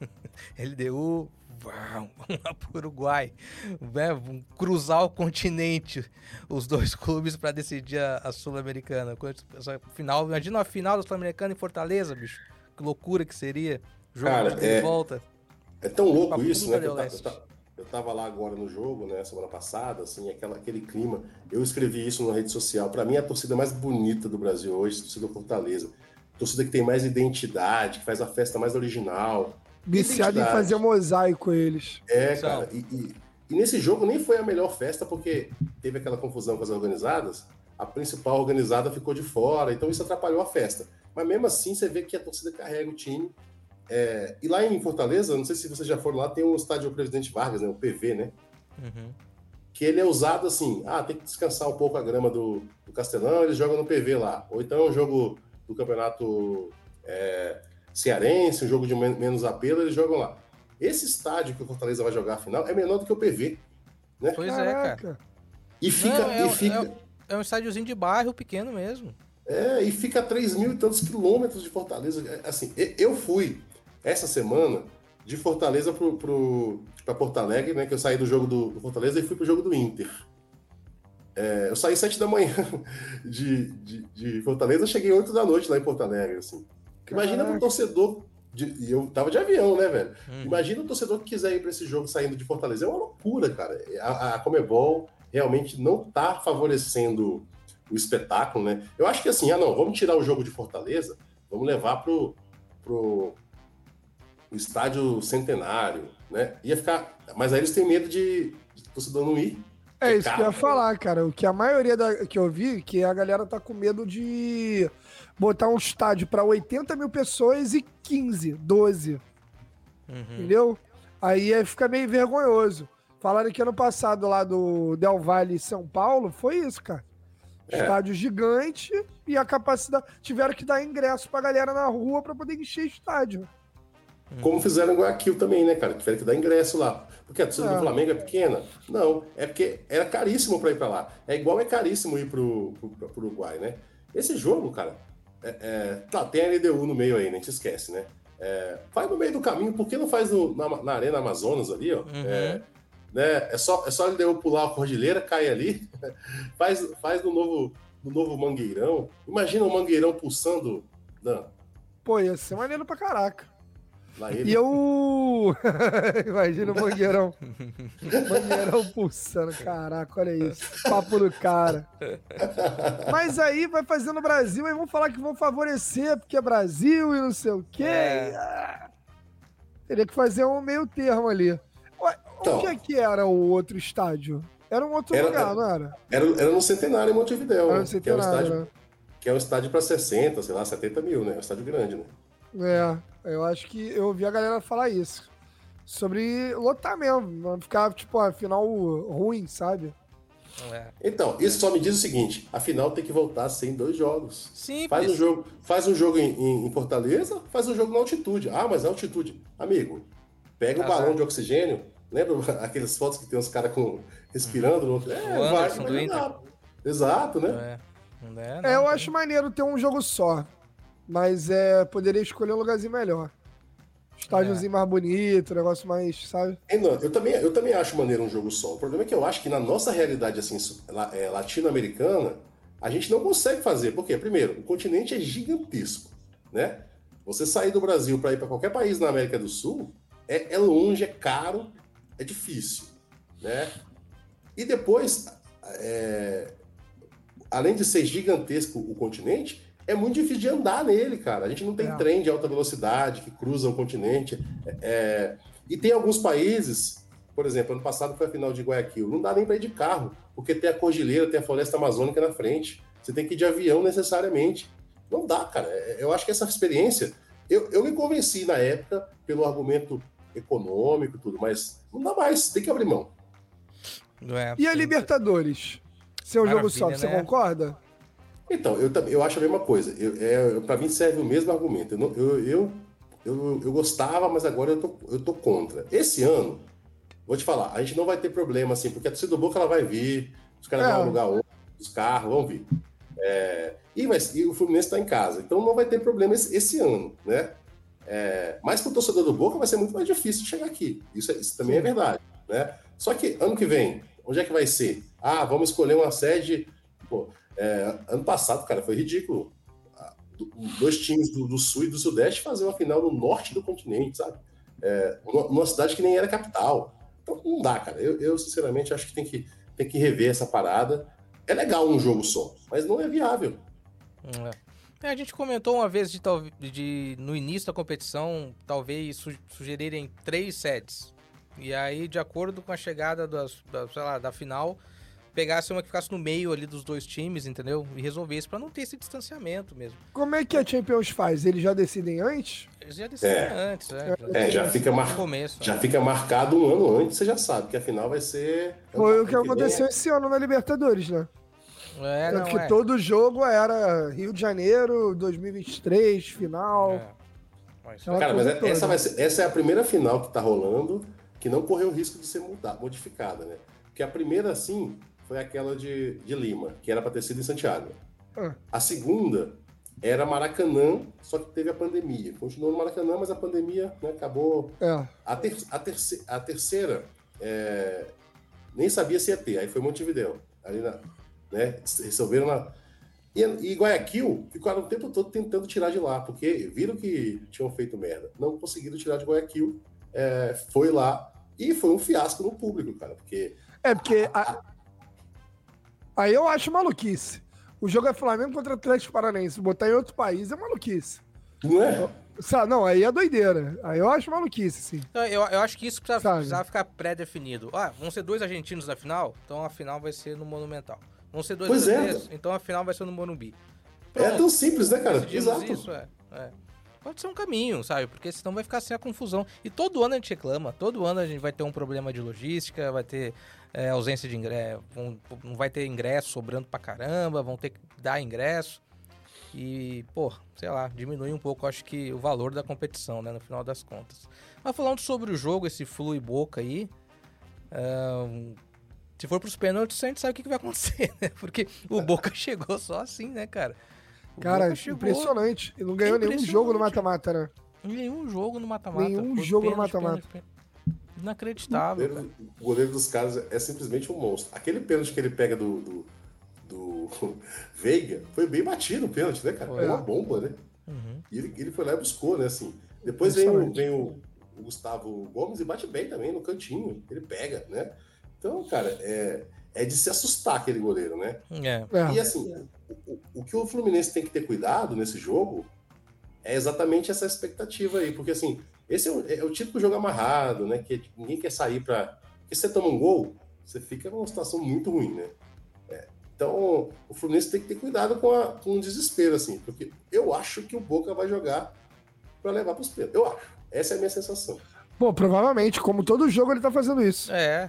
L D U, vamos lá pro Uruguai, né? Vamos cruzar o continente, os dois clubes para decidir a, a Sul-Americana. Essa final, imagina a final da Sul-Americana em Fortaleza, bicho, que loucura que seria, jogo Cara, de é, volta. É tão louco isso, né? Que eu, eu, eu tava lá agora no jogo, né, semana passada, assim, aquela, aquele clima. Eu escrevi isso na rede social. Para mim, a torcida mais bonita do Brasil hoje, a torcida do Fortaleza. Torcida que tem mais identidade, que faz a festa mais original. Viciado em fazer mosaico eles. É, cara. E, e, e nesse jogo nem foi a melhor festa, porque teve aquela confusão com as organizadas. A principal organizada ficou de fora, então isso atrapalhou a festa. Mas mesmo assim, você vê que a torcida carrega o time. É, e lá em Fortaleza, não sei se vocês já foram lá, tem um estádio Presidente Vargas, né, o P V, né? Uhum. Que ele é usado assim, ah, tem que descansar um pouco a grama do, do Castelão, eles jogam no P V lá. Ou então é um jogo do campeonato é, cearense, um jogo de men- menos apelo, eles jogam lá. Esse estádio que o Fortaleza vai jogar a final é menor do que o P V, né? Pois Caraca. é, cara. E fica... Não, é, e fica... É, é um estádiozinho de bairro pequeno mesmo. É, e fica a três mil e tantos quilômetros de Fortaleza. Assim, eu fui essa semana de Fortaleza para pro, pro, Porto Alegre, né? Que eu saí do jogo do, do Fortaleza e fui pro jogo do Inter. É, eu saí sete da manhã de, de, de Fortaleza, cheguei oito da noite lá em Porto Alegre, assim. Imagina para um torcedor, de, e eu tava de avião, né, velho? Hum. Imagina um torcedor que quiser ir para esse jogo saindo de Fortaleza. É uma loucura, cara. A, a Conmebol realmente não tá favorecendo o espetáculo, né? Eu acho que assim, ah não, vamos tirar o jogo de Fortaleza, vamos levar pro, pro o estádio Centenário, né? Ia ficar... Mas aí eles têm medo de, de torcedor não ir. É isso caro, que eu ia falar, cara. O que a maioria da, que eu vi, que a galera tá com medo de botar um estádio para oitenta mil pessoas e quinze, doze. Uhum. Entendeu? Aí fica meio vergonhoso. Falaram que ano passado lá do Del Valle, São Paulo, foi isso, cara. É. Estádio gigante e a capacidade... Tiveram que dar ingresso pra galera na rua pra poder encher estádio. Como fizeram em Guayaquil também, né, cara? Tiveram que dar ingresso lá. Porque a torcida é. do Flamengo é pequena? Não, é porque era caríssimo pra ir pra lá. É igual é caríssimo ir pro, pro, pro Uruguai, né? Esse jogo, cara... É, é... Tá, tem a L D U no meio aí, né? A gente esquece, né? É... Faz no meio do caminho. Por que não faz no, na, na Arena Amazonas ali, ó? Uhum. É... Né? É só, é só ele deu pular a cordilheira, cai ali, faz, faz no novo, no novo Mangueirão. Imagina o Mangueirão pulsando. Não. Pô, ia ser maneiro pra caraca. Lá ele. E eu... Imagina o Mangueirão. Mangueirão pulsando. Caraca, olha isso. Papo do cara. Mas aí vai fazendo o Brasil, aí vão falar que vão favorecer, porque é Brasil e não sei o quê. É. E, ah, teria que fazer um meio termo ali. Ué, Então, o que é que era o outro estádio? Era um outro Era- lugar, não era? Era, era no Centenário em Montevidéu, Era né? no que é um Centenário, estádio, né? que é um estádio para sessenta, sei lá, setenta mil, né? É um estádio grande, né? É, eu acho que eu ouvi a galera falar isso. Sobre lotar mesmo, não ficar, tipo, a final ruim, sabe? É. Então, isso só me diz o seguinte: a final tem que voltar a ser em dois jogos. Simples. Faz um jogo, faz um jogo em, em- em Fortaleza, faz um jogo na altitude. Ah, mas é altitude. Amigo, pega um Azar. balão de oxigênio. Lembra aquelas fotos que tem uns caras com, respirando no outro? É, O vai, Anderson vai do jogar. Exato, né? É. Não é, É, não, eu tem- acho maneiro ter um jogo só. Mas é, poderia escolher um lugarzinho melhor. Estádiozinho mais bonito, negócio mais, sabe? É, não, eu, também, eu também acho maneiro um jogo só. O problema é que eu acho que na nossa realidade assim, su- la- é, latino-americana, a gente não consegue fazer. Por quê? Primeiro, o continente é gigantesco, né? Você sair do Brasil para ir para qualquer país na América do Sul é, é longe, é caro, é difícil, né? E depois, é, além de ser gigantesco o continente, é muito difícil de andar nele, cara. A gente não tem É. trem de alta velocidade que cruza o continente. É, e tem alguns países, por exemplo, ano passado foi a final de Guayaquil, não dá nem para ir de carro, porque tem a cordilheira, tem a floresta amazônica na frente. Você tem que ir de avião necessariamente. Não dá, cara. É, Eu acho que essa experiência, eu, eu me convenci na época pelo argumento econômico e tudo, mas não dá mais, tem que abrir mão. não é, E a tem- Libertadores? Ser um jogo só, Maravilha, você né? concorda? Então, eu, tam- eu acho a mesma coisa. Eu, é, para mim serve o mesmo argumento. Eu, não- eu, eu, eu, eu gostava, mas agora eu tô, eu tô contra. Esse ano, vou te falar, a gente não vai ter problema, assim, porque a torcida do Boca ela vai vir, os caras É. vão alugar ônibus, os carros, vão vir. É, e, vai, e o Fluminense está em casa, então não vai ter problema esse, esse ano, né? É, mas para o torcedor do Boca vai ser muito mais difícil chegar aqui. Isso, é- isso também é verdade, né? Só que ano que vem, onde é que vai ser? Ah, vamos escolher uma sede. Pô, é, ano passado, cara, foi ridículo. Ah, do- Dois times do, do Sul e do Sudeste fazer uma final no norte do continente, sabe? É, numa numa cidade que nem era capital. Então não dá, cara. Eu, eu, sinceramente acho que tem, que tem que rever essa parada. É legal um jogo só, mas não é viável. É. É, a gente comentou uma vez de, tal- de no início da competição, talvez su- sugerirem três sets. E aí, de acordo com a chegada das, da, sei lá, da final, pegasse uma que ficasse no meio ali dos dois times, entendeu? E resolvesse, pra não ter esse distanciamento mesmo. Como é que a Champions faz? Eles já decidem antes? Eles já decidiram É. antes, né? É, já fica, mar... No começo. já né? fica marcado um ano antes, você já sabe que a final vai ser. Foi o ano que vem. aconteceu esse ano na Libertadores, né? É, Tanto não, que é. todo jogo era Rio de Janeiro, dois mil e vinte e três, final. É. Mas- Aquela Cara, mas coisa toda. essa, vai ser- essa é a primeira final que tá rolando que não correu o risco de ser muda- modificada, né? Porque a primeira, assim, foi aquela de, de Lima, que era para ter sido em Santiago. Ah. A segunda era Maracanã, só que teve a pandemia. Continuou no Maracanã, mas a pandemia, né, acabou. É. A, ter, a, terce, a terceira, é, nem sabia se ia ter, aí foi Montevidéu. Ali na, né, resolveram na. E, e Guayaquil ficaram o tempo todo tentando tirar de lá, porque viram que tinham feito merda. Não conseguiram tirar de Guayaquil, é, foi lá e foi um fiasco no público, cara, porque. É, porque. a- Aí eu acho maluquice. O jogo é Flamengo contra Atlético Paranaense. Botar em outro país é maluquice. Não é? Sabe? Não, aí é doideira. Aí eu acho maluquice, sim. Então, eu, eu acho que isso precisa, Sabe? precisava ficar pré-definido. Ah, vão ser dois argentinos na final, então a final vai ser no Monumental. Vão ser dois Pois é. brasileiros, então a final vai ser no Morumbi. É tão simples, né, cara? Decidimos Exato. isso, é, é. Pode ser um caminho, sabe? Porque senão vai ficar sem a confusão. E todo ano a gente reclama. Todo ano a gente vai ter um problema de logística, vai ter é, ausência de ingresso, vão- não vai ter ingresso sobrando pra caramba, vão ter que dar ingresso. E, pô, sei lá, diminui um pouco, acho que, o valor da competição, né? No final das contas. Mas falando sobre o jogo, esse Flu e Boca aí, ahn, se for pros pênaltis, a gente sabe o que, que vai acontecer, né? Porque o Boca chegou só assim, né, cara? O Cara, Boca chegou impressionante. E não ganhou nenhum Impressionante. jogo no mata-mata, né? em nenhum jogo no mata-mata. Nenhum Foi jogo no pênalti, mata-mata. pênalti, pênalti. Inacreditável, cara. O goleiro dos caras é simplesmente um monstro. Aquele pênalti que ele pega do, do, do Veiga foi bem batido o pênalti, né, cara? Foi. Foi uma bomba, né? Uhum. E ele, ele foi lá e buscou, né, assim. Depois vem, o, vem o, o Gustavo Gomes e bate bem também no cantinho. Ele pega, né? Então, cara, é, é de se assustar aquele goleiro, né? É. E assim, o, o que o Fluminense tem que ter cuidado nesse jogo é exatamente essa expectativa aí. Porque assim, esse é o, é o típico jogo amarrado, né? Que ninguém quer sair pra... Porque se você toma um gol, você fica numa situação muito ruim, né? É, então, o Fluminense tem que ter cuidado com, a, com o desespero, assim. Porque eu acho que o Boca vai jogar pra levar pros pênaltis. Eu acho. Essa é a minha sensação. Bom, provavelmente, como todo jogo ele tá fazendo isso. É.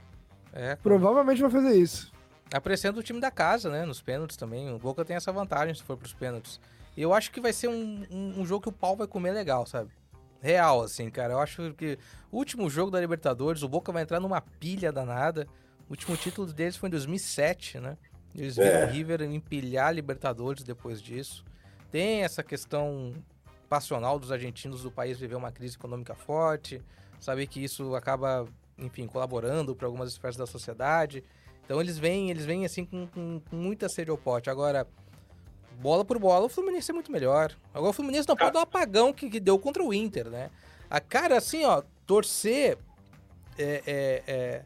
É. Provavelmente vai fazer isso. Apreciando o time da casa, né? Nos pênaltis também. O Boca tem essa vantagem se for pros pênaltis. E eu acho que vai ser um, um, um jogo que o pau vai comer legal, sabe? Real, assim, cara. Eu acho que o último jogo da Libertadores, o Boca vai entrar numa pilha danada. O último título deles foi em dois mil e sete, né? Eles viram É. o River empilhar a Libertadores depois disso. Tem essa questão passional dos argentinos do país viver uma crise econômica forte. Saber que isso acaba, enfim, colaborando para algumas esferas da sociedade. Então eles vêm, eles vêm assim com, com, com muita sede ao pote. Agora, bola por bola, o Fluminense é muito melhor. Agora o Fluminense não pode dar o apagão que, que deu contra o Inter, né? A cara, assim, ó, torcer é, é, é,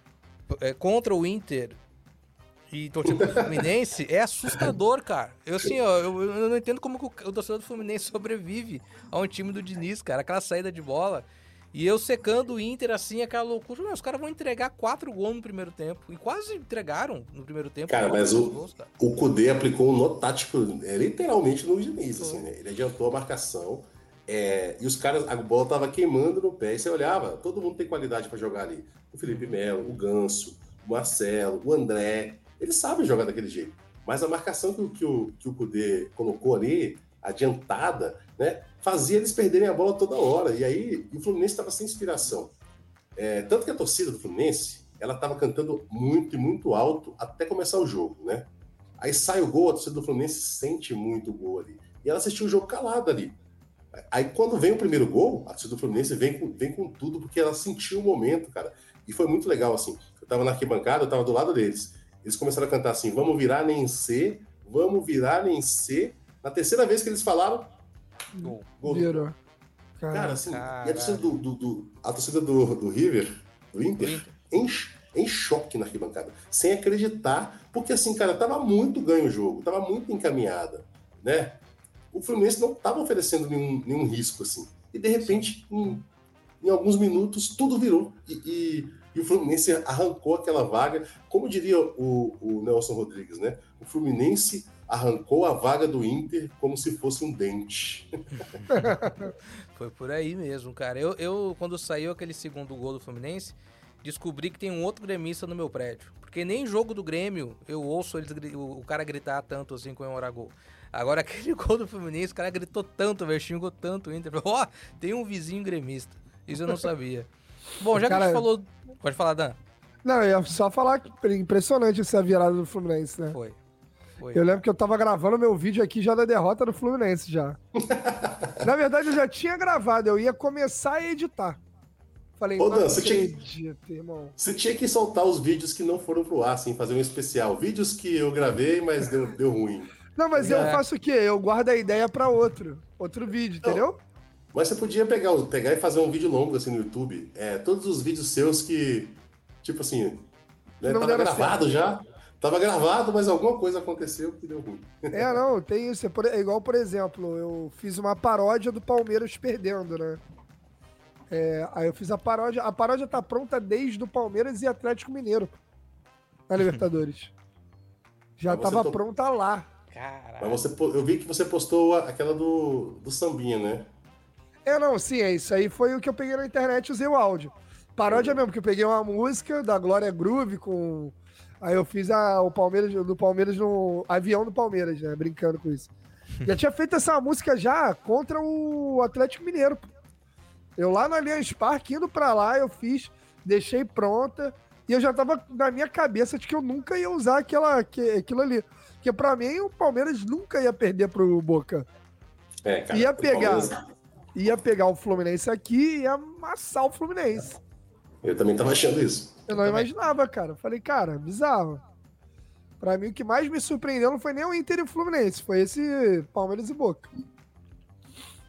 é, contra o Inter e torcer contra o Fluminense é assustador, cara. Eu, assim, ó, eu, eu não entendo como que o, o torcedor do Fluminense sobrevive a um time do Diniz, cara. Aquela saída de bola. E eu secando o Inter, assim, aquela loucura. Não, os caras vão entregar quatro gols no primeiro tempo. E quase entregaram no primeiro tempo. Cara, mas o, gols, cara. o Kudê aplicou um nó tático, é, literalmente no Diniz, assim, né? Ele adiantou a marcação é, e os caras, a bola tava queimando no pé. E você olhava, todo mundo tem qualidade para jogar ali. O Felipe Melo, o Ganso, o Marcelo, o André. Eles sabem jogar daquele jeito. Mas a marcação que, que, o, que o Kudê colocou ali, adiantada, né? Fazia eles perderem a bola toda hora. E aí o Fluminense estava sem inspiração. É, tanto que a torcida do Fluminense, ela estava cantando muito e muito alto até começar o jogo, né? Aí sai o gol, a torcida do Fluminense sente muito o gol ali. E ela assistiu o jogo calada ali. Aí quando vem o primeiro gol, a torcida do Fluminense vem com, vem com tudo, porque ela sentiu o momento, cara. E foi muito legal, assim. Eu estava na arquibancada, eu estava do lado deles. Eles começaram a cantar assim, vamos virar nem C, vamos virar nem C. Na terceira vez que eles falaram, Gol. gol. Virou. Cara, Cara, assim, Caralho. e a torcida do, do, do- a torcida do, do River, do Inter, Do Inter. Em, em choque na arquibancada, sem acreditar, porque assim, cara, tava muito ganho o jogo, tava muito encaminhada, né? O Fluminense não tava oferecendo nenhum, nenhum risco, assim. E de repente, em, em alguns minutos, tudo virou. E, e, e o Fluminense arrancou aquela vaga, como diria o, o Nelson Rodrigues, né? O Fluminense arrancou a vaga do Inter como se fosse um dente. Foi por aí mesmo, cara. Eu, eu, quando saiu aquele segundo gol do Fluminense, descobri que tem um outro gremista no meu prédio. Porque nem jogo do Grêmio eu ouço eles, gri- o, o cara gritar tanto assim com o gol. Agora, aquele gol do Fluminense, o cara gritou tanto, velho, xingou tanto o Inter. Ó, oh, tem um vizinho gremista. Isso eu não sabia. Bom, já que Cara, a gente falou... Pode falar, Dan. não, eu ia só falar que impressionante essa virada do Fluminense, né? Foi. Foi. Eu lembro que eu tava gravando meu vídeo aqui já da derrota do Fluminense já. Na verdade, eu já tinha gravado, eu ia começar a editar. Falei, Ô, não Dan, você tinha que- acredito, irmão. Você tinha que soltar os vídeos que não foram pro ar, assim, fazer um especial. Vídeos que eu gravei, mas deu, deu ruim. Não, mas É. eu faço o quê? Eu guardo a ideia pra outro. Outro vídeo, Não. entendeu? Mas você podia pegar, o- pegar e fazer um vídeo longo, assim, no YouTube. É, todos os vídeos seus que, tipo assim, né, Não tava deram gravado certo. já. Tava gravado, mas alguma coisa aconteceu que deu ruim. É, não, tem isso. É, por- é igual, por exemplo, eu fiz uma paródia do Palmeiras perdendo, né? É, aí eu fiz a paródia. A paródia tá pronta desde o Palmeiras e Atlético Mineiro. Na Libertadores. Já Mas você tava to- pronta lá. Caralho. Mas você, po- eu vi que você postou a- aquela do, do sambinha, né? É, não, sim, é isso aí. Foi o que eu peguei na internet e usei o áudio. Paródia mesmo, porque eu peguei uma música da Glória Groove com. Aí eu fiz a, o Palmeiras do Palmeiras no avião do Palmeiras, né? Brincando com isso. Já tinha feito essa música já contra o Atlético Mineiro. Pô. Eu lá no Allianz Parque, indo pra lá, eu fiz, deixei pronta. E eu já tava na minha cabeça de que eu nunca ia usar aquela, que, aquilo ali. Porque pra mim o Palmeiras nunca ia perder pro Boca. É, cara. Ia o pegar. Palmeiras- Ia pegar o Fluminense aqui e ia amassar o Fluminense. Eu também tava achando isso. Eu não Eu também. imaginava, cara. Falei, cara, bizarro. Pra mim, o que mais me surpreendeu não foi nem o Inter e o Fluminense, foi esse Palmeiras e Boca.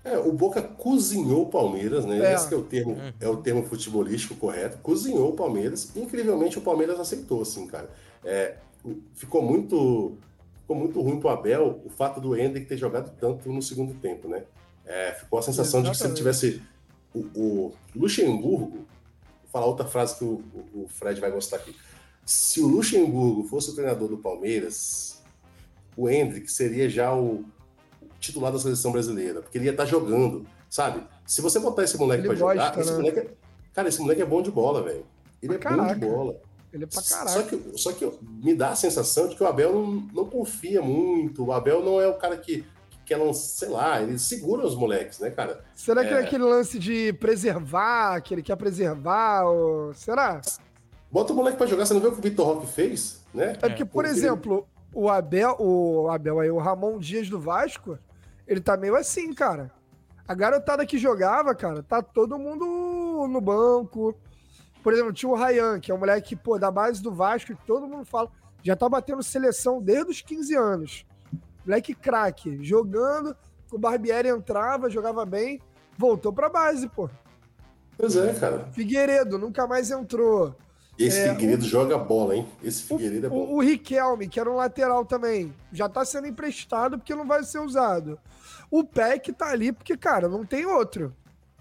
É, o Boca cozinhou o Palmeiras, né? É. Esse que é o termo, é o termo futebolístico correto. Cozinhou o Palmeiras. Incrivelmente, o Palmeiras aceitou, assim, cara. É, ficou muito, ficou muito ruim pro Abel o fato do Endrick ter jogado tanto no segundo tempo, né? É, ficou a sensação de que se ele tivesse o, o Luxemburgo, vou falar outra frase que o, o Fred vai gostar aqui. Se o Luxemburgo fosse o treinador do Palmeiras, o Endrick seria já o titular da seleção brasileira, porque ele ia estar jogando, sabe? Se você botar esse moleque ele pra gosta, jogar, esse né? moleque é... Cara, esse moleque é bom de bola, velho. Ele Pra é caraca. bom de bola. Ele é pra caraca. Só que, só que me dá a sensação de que o Abel não, não confia muito. O Abel não é o cara que, que quer lançar, sei lá, ele segura os moleques, né, cara? Será que É. é aquele lance de preservar, que ele quer preservar? Ou... Será? Bota o moleque pra jogar, você não viu o que o Vitor Roque fez, né? É porque, por Porque- exemplo, o Abel, o Abel aí, o Ramon Dias do Vasco, ele tá meio assim, cara. A garotada que jogava, cara, tá todo mundo no banco. Por exemplo, tinha o Ryan, que é um moleque, pô, da base do Vasco, que todo mundo fala, já tá batendo seleção desde os quinze anos. Moleque craque, jogando, o Barbieri entrava, jogava bem, voltou pra base, pô. Pois é, cara. Figueiredo nunca mais entrou. Esse É, Figueiredo joga bola, hein? Esse Figueiredo é O, bom. o, o Riquelme, que era um lateral também, já tá sendo emprestado porque não vai ser usado. O Peck tá ali porque, cara, não tem outro.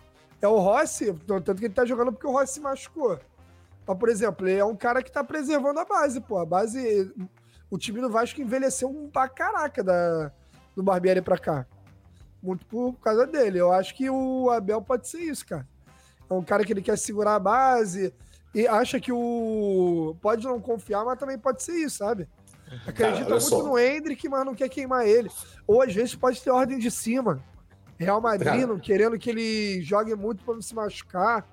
É o Rossi, tanto que ele tá jogando porque o Rossi se machucou. Mas, por exemplo, ele é um cara que tá preservando a base, pô. A base. O time do Vasco envelheceu um pra caraca da, do Barbieri pra cá. Muito por causa dele. Eu acho que o Abel pode ser isso, cara. É um cara que ele quer segurar a base e acha que o. Pode não confiar, mas também pode ser isso, sabe? Acredita olha muito só. no Endrick, mas não quer queimar ele. Ou às vezes pode ter ordem de cima. Real Madrid Cara. não querendo que ele jogue muito pra não se machucar.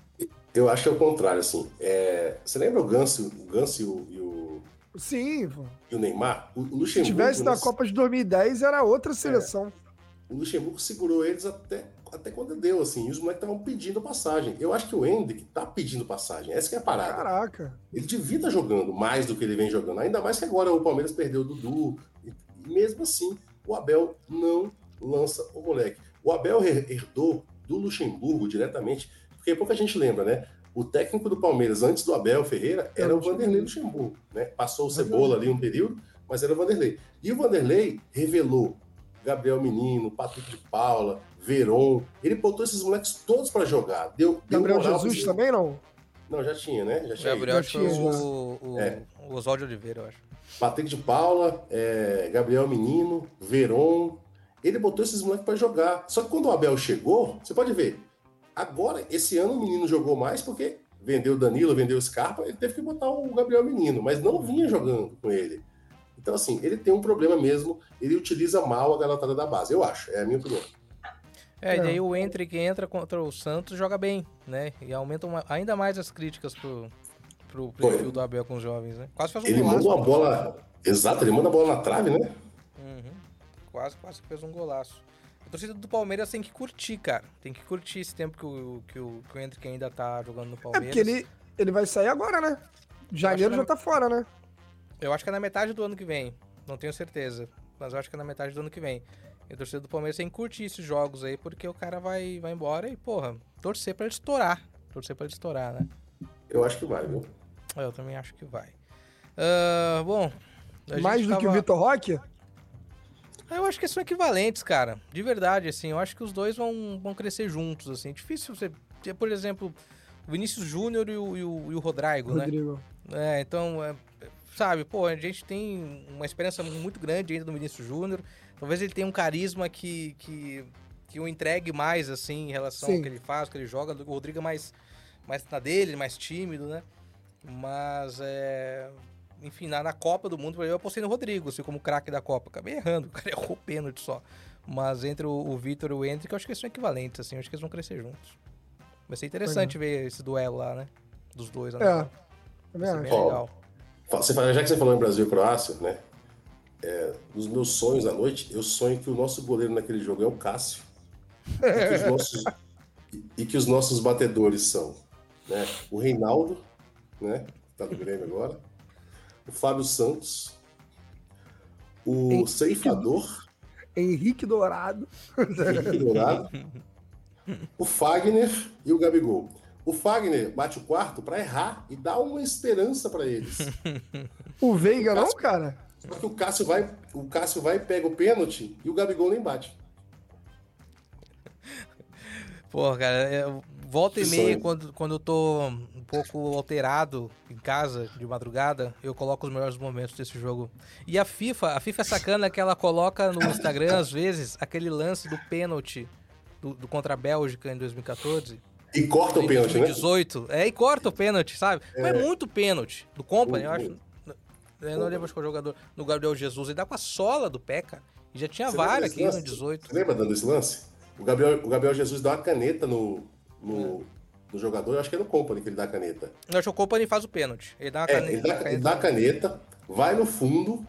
Eu acho que é o contrário, assim. É, você lembra o Ganso, o Ganso e o, e o, Sim, pô. e o Neymar? O, o Se Luxemburgo, tivesse na nesse- Copa de dois mil e dez, era outra seleção. o Luxemburgo segurou eles até, até quando deu, assim. E os moleques estavam pedindo passagem. Eu acho que o Endrick tá pedindo passagem. Essa que é a parada. Caraca. Ele devia estar jogando mais do que ele vem jogando. Ainda mais que agora o Palmeiras perdeu o Dudu. E, e mesmo assim, o Abel não lança o moleque. O Abel her- herdou do Luxemburgo diretamente, porque pouca gente lembra, né? O técnico do Palmeiras antes do Abel Ferreira era É, o Vanderlei Luxemburgo, né? Passou o Cebola ali um período, mas era o Vanderlei. E o Vanderlei revelou Gabriel Menino, Patrick de Paula, Veron. Ele botou esses moleques todos para jogar. Deu, deu Gabriel moral pra Jesus esses- também não? Não, já tinha, né? Já tinha. Gabriel, já acho que foi tinha, o, o, É. o Oswaldo Oliveira, eu acho. Patrick de Paula, é, Gabriel Menino, Veron. Ele botou esses moleques para jogar. Só que quando o Abel chegou, você pode ver. Agora, esse ano o menino jogou mais porque vendeu o Danilo, vendeu o Scarpa, ele teve que botar o Gabriel Menino, mas não vinha jogando com ele. Então, assim, ele tem um problema mesmo, ele utiliza mal a garotada da base, eu acho, é a minha opinião. É, e É. daí o Endrick que entra contra o Santos joga bem, né? E aumenta uma- ainda mais as críticas pro, pro perfil Foi. do Abel com os jovens, né? Quase faz um Ele golaço. manda uma né? bola. Exato, ele manda a bola na trave, né? Uhum. Quase, quase que fez um golaço. A torcida do Palmeiras tem que curtir, cara. Tem que curtir esse tempo que o, que o, que o Endrick ainda tá jogando no É Palmeiras. porque ele, ele vai sair agora, né? Janeiro que já não- tá fora, né? Eu acho que é na metade do ano que vem. Não tenho certeza. Mas eu acho que é na metade do ano que vem. E a torcida do Palmeiras tem que curtir esses jogos aí, porque o cara vai, vai embora e, porra, torcer pra ele estourar. Torcer pra ele estourar, né? Eu acho que vai, viu? Eu também acho que vai. Ah, bom. a Mais gente do que o tava- Vitor Roque? Eu acho que são equivalentes, cara. De verdade, assim. Eu acho que os dois vão, vão crescer juntos, assim. Difícil você ter, por exemplo, o Vinícius Júnior e o, e o, e o Rodrigo, né? Rodrigo. É, então, é, sabe, pô, a gente tem uma esperança muito grande ainda do Vinícius Júnior. Talvez ele tenha um carisma que, que, que o entregue mais, assim, em relação Sim. ao que ele faz, ao que ele joga. O Rodrigo é mais, mais na dele, mais tímido, né? Mas, é... Enfim, na, na Copa do Mundo, eu apostei no Rodrigo, assim, como craque da Copa. Acabei errando, o cara errou pênalti só. Mas entre o, o Vitor e o Endrick, eu acho que eles são equivalentes, assim. Eu acho que eles vão crescer juntos. Vai ser interessante ver esse duelo lá, né? Dos dois. Né? É. Vai Também ser acho. bem Ó, legal. Você fala- já que você falou em Brasil e Croácia, né? É, nos meus sonhos à noite, eu sonho que o nosso goleiro naquele jogo é o Cássio. E que os nossos, e- e que os nossos batedores são, né? O Reinaldo, né? Que tá no Grêmio agora. O Fábio Santos. O Em- Ceifador. Henrique Dourado. Henrique Dourado. O Fagner e o Gabigol. O Fagner bate o quarto para errar e dá uma esperança para eles. O Veiga o Cássio, não, cara? Só que o Cássio vai, o Cássio vai pega o pênalti e o Gabigol nem bate. Porra, cara, eu, volta e meia, quando, quando eu tô um pouco alterado em casa, de madrugada, eu coloco os melhores momentos desse jogo. E a FIFA, a FIFA é sacana que ela coloca no Instagram, às vezes, aquele lance do pênalti do, do contra a Bélgica em dois mil e quatorze. E corta o pênalti, dois mil e dezoito, né? É, e corta o pênalti, sabe? É. Mas é muito pênalti. Do Company, eu acho. Eu não lembro, acho que o jogador no Gabriel Jesus. Ele dá com a sola do Peca. E já tinha V A R aqui no dezoito. Você lembra dando esse lance? O Gabriel, o Gabriel Jesus dá uma caneta no, no, é. no jogador. Eu acho que é no Company que ele dá a caneta. Eu acho que o Company faz o pênalti. Ele dá uma é, caneta. Ele dá, caneta, ele dá a caneta, vai no fundo,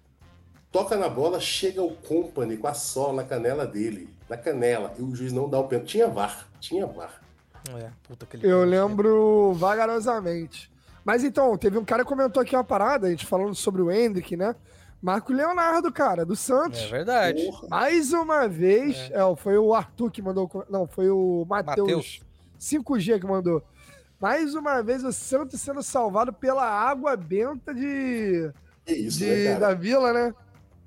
toca na bola, chega o Company com a sola na canela dele. Na canela. E o juiz não dá o pênalti. Tinha V A R. Tinha V A R. É, puta que Eu lembro vagarosamente. Mas então, teve um cara que comentou aqui uma parada, a gente falando sobre o Hendrick, né? Marco Leonardo, cara, do Santos. É verdade. Porra. Mais uma vez, é. É, foi o Arthur que mandou, não, foi o Matheus cinco G que mandou. Mais uma vez o Santos sendo salvado pela água benta de, isso, de né, da Vila, né?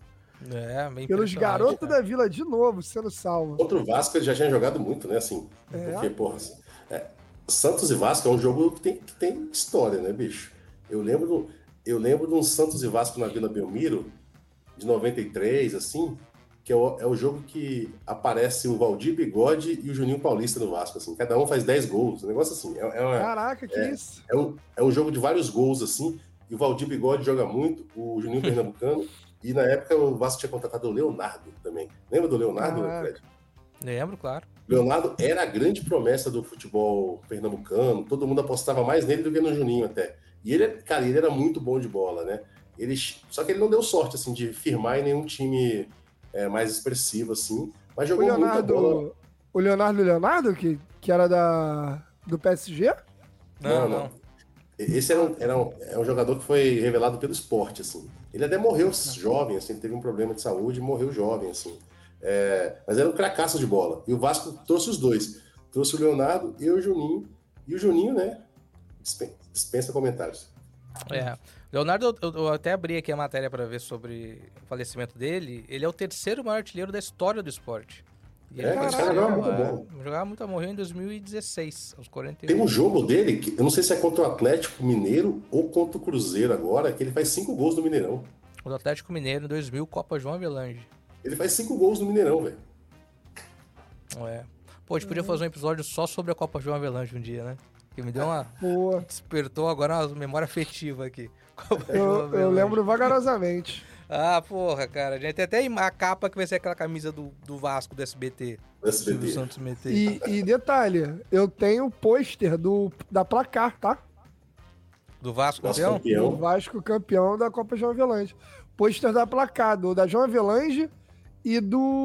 É, bem Pelos garotos da Vila de novo sendo salvo. Contra o Vasco ele já tinha jogado muito, né? Assim, é. Porque, porra, é, Santos e Vasco é um jogo que tem, que tem história, né, bicho? Eu lembro, do, eu lembro de um Santos e Vasco na Vila Belmiro, de noventa e três, assim, que é o, é o jogo que aparece o Valdir Bigode e o Juninho Paulista no Vasco, assim. Cada um faz dez gols, um negócio assim. É, é uma, Caraca, que é, isso! É um, é um jogo de vários gols, assim, e o Valdir Bigode joga muito, o Juninho Pernambucano. E na época o Vasco tinha contratado o Leonardo também. Lembra do Leonardo, ah, Fred? Lembro, claro. Leonardo era a grande promessa do futebol pernambucano. Todo mundo apostava mais nele do que no Juninho até. E ele, cara, ele era muito bom de bola, né? Ele, só que ele não deu sorte, assim, de firmar em nenhum time é, mais expressivo, assim. Mas jogou o Leonardo, muita bola. O Leonardo Leonardo, que, que era da, do P S G? Não, não. não. Esse era um, era um, é um jogador que foi revelado pelo esporte, assim. Ele até morreu jovem, assim, teve um problema de saúde e morreu jovem, assim. É, mas era um cracaço de bola. E o Vasco trouxe os dois. Trouxe o Leonardo e o Juninho. E o Juninho, né, dispensa comentários. É. Leonardo, eu, eu até abri aqui a matéria para ver sobre o falecimento dele. Ele é o terceiro maior artilheiro da história do esporte. E é, esse cara jogava muito bom. Jogava muito, morreu em dois mil e dezesseis, aos quarenta e oito. Tem um jogo dele, que eu não sei se é contra o Atlético Mineiro ou contra o Cruzeiro agora, que ele faz cinco gols no Mineirão. O Atlético Mineiro em dois mil, Copa João Avelange. Ele faz cinco gols no Mineirão, velho. É. Pô, a gente podia fazer um episódio só sobre a Copa João Avelange um dia, né? Que me deu uma... Boa. Despertou agora uma memória afetiva aqui. Eu, eu lembro vagarosamente. Ah, porra, cara. A gente tem até a capa que vai ser aquela camisa do, do Vasco, do S B T. Do S B T. Do Santos meter. E, e detalhe, eu tenho o pôster do, da Placar, tá? Do Vasco campeão? campeão? Do Vasco campeão da Copa João Avelange. Pôster da Placar, do, da João Avelange e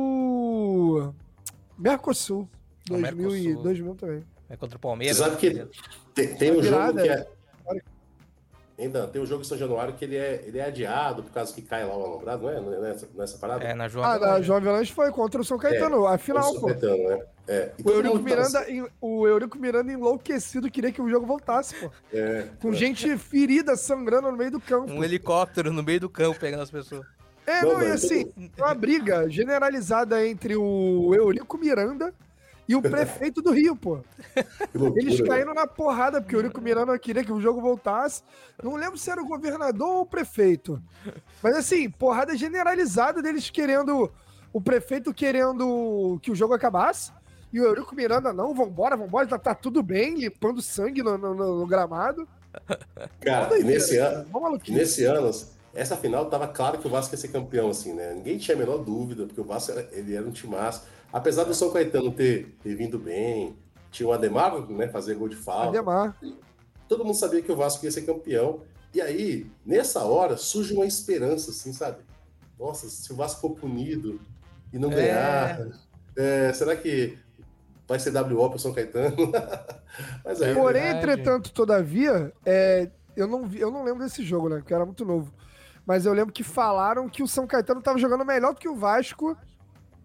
do Mercosul. dois mil, e, dois mil também. É contra o Palmeiras. Você sabe que né? tem, tem um jogo que é... Ainda tem um jogo em São Januário que ele é, ele é adiado por causa que cai lá o alambrado, não é? Não é nessa, nessa parada? É, na João Ah, na João Avelange foi contra o São Caetano, é, a final, pô. Caetano, né? É. O Eurico, Miranda, tá... o Eurico Miranda enlouquecido queria que o jogo voltasse, pô. É, Com é. gente ferida, sangrando no meio do campo. Um helicóptero no meio do campo pegando as pessoas. É, não, não e assim, todo... uma briga generalizada entre o Eurico Miranda e o prefeito do Rio, pô. Loucura, eles caíram né? na porrada, porque o Eurico Miranda queria que o jogo voltasse. Não lembro se era o governador ou o prefeito. Mas assim, porrada generalizada deles querendo... O prefeito querendo que o jogo acabasse. E o Eurico Miranda, não, vambora, vambora, tá, tá tudo bem, limpando sangue no, no, no gramado. Cara, e nesse ano, e nesse ano, essa final tava claro que o Vasco ia ser campeão, assim, né? Ninguém tinha a menor dúvida, porque o Vasco era, ele era um timaço. Apesar do São Caetano ter, ter vindo bem, tinha o Ademar, né, fazer gol de falta. Ademar. Todo mundo sabia que o Vasco ia ser campeão. E aí, nessa hora, surge uma esperança, assim, sabe? Nossa, se o Vasco for punido e não é... ganhar, é, será que vai ser W O para o São Caetano? Mas aí, Porém, né? entretanto, todavia, é, eu, não vi, eu não lembro desse jogo, né? Porque eu era muito novo. Mas eu lembro que falaram que o São Caetano estava jogando melhor do que o Vasco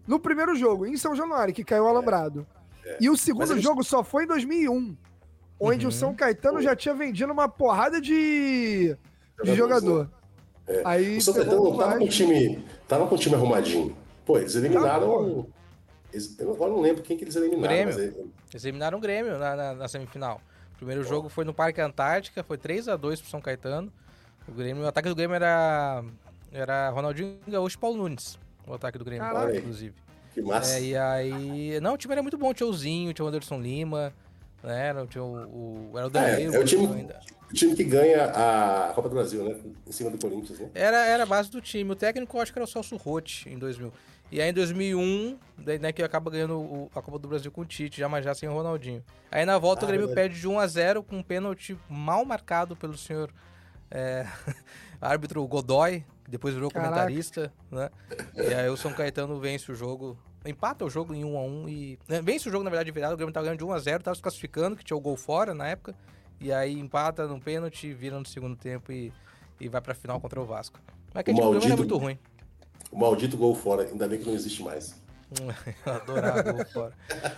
no primeiro jogo, em São Januário, que caiu o alambrado. É. E o segundo eles... jogo só foi em dois mil e um, onde uhum. o São Caetano já tinha vendido uma porrada de, de jogador. É. Aí, o São Caetano tava com o time, tava com o time arrumadinho. Pô, eles eliminaram... Ah, eles, eu agora não lembro quem que eles eliminaram. Grêmio. Mas eles... eles eliminaram o Grêmio na, na, na semifinal. O primeiro oh. jogo foi no Parque Antártica, foi três a dois pro São Caetano. O, Grêmio, o ataque do Grêmio era, era Ronaldinho Gaúcho e Paulo Nunes. O ataque do Grêmio, Caraca. inclusive. Que massa. É, e aí... Não, o time era muito bom. Tinha o Zinho, tinha o Anderson Lima, né? Tinha o, o, era o Danilo. É, é o, time, ainda. o time que ganha a Copa do Brasil, né? Em cima do Corinthians, né? Era, era a base do time. O técnico, eu acho que era o Celso Roth, em dois mil. E aí, em dois mil e um, daí, né, que acaba ganhando o, a Copa do Brasil com o Tite, já, mas já sem o Ronaldinho. Aí, na volta, ah, o Grêmio verdade. perde de um a zero com um pênalti mal marcado pelo senhor é, árbitro Godoy, que depois virou Caraca. comentarista, né? E aí, o São Caetano vence o jogo... Empata o jogo em um a um e... Né, vence o jogo, na verdade, virado. O Grêmio tava ganhando de um a zero, tava se classificando, que tinha o gol fora na época. E aí empata no pênalti, vira no segundo tempo e, e vai pra final contra o Vasco. Mas que o maldito, era muito ruim. O maldito gol fora, ainda bem que não existe mais. Eu adorava gol fora.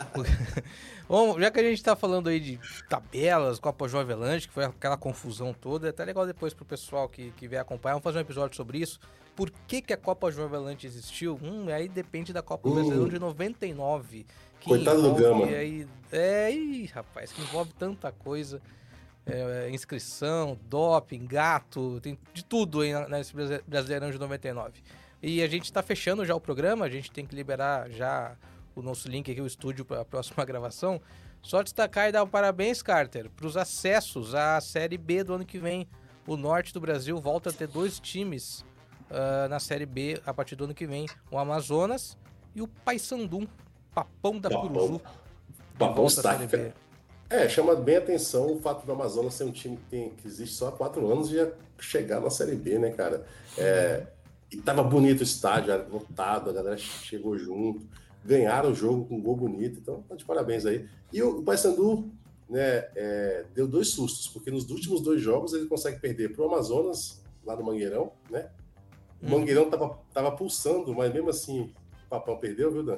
Bom, já que a gente tá falando aí de tabelas, Copa João Avelange, que foi aquela confusão toda, é até legal depois pro pessoal que, que vier acompanhar, vamos fazer um episódio sobre isso. Por que, que a Copa João Avelange existiu? Hum, aí depende da Copa hum. Brasileira de noventa e nove. Que Coitado do Gama. Aí, é, ih, rapaz, que envolve tanta coisa. É, inscrição, doping, gato, tem de tudo aí nesse Brasileirão de noventa e nove. E a gente tá fechando já o programa, a gente tem que liberar já o nosso link aqui, o estúdio, para a próxima gravação. Só destacar e dar um parabéns, Carter, para os acessos à Série B do ano que vem. O Norte do Brasil volta a ter dois times uh, na Série B a partir do ano que vem. O Amazonas e o Paysandu, Papão da Curuzu. Papão está, cara. É, chama bem a atenção o fato do Amazonas ser um time que, tem, que existe só há quatro anos e já chegar na Série B, né, cara? É, e tava bonito o estádio, lotado, a galera chegou junto, ganharam o jogo com um gol bonito, então tá de parabéns aí. E o, o Paysandu, né, é, deu dois sustos, porque nos últimos dois jogos ele consegue perder pro Amazonas, lá no Mangueirão, né? O hum. Mangueirão tava, tava pulsando, mas mesmo assim o Papão perdeu, viu, Dan?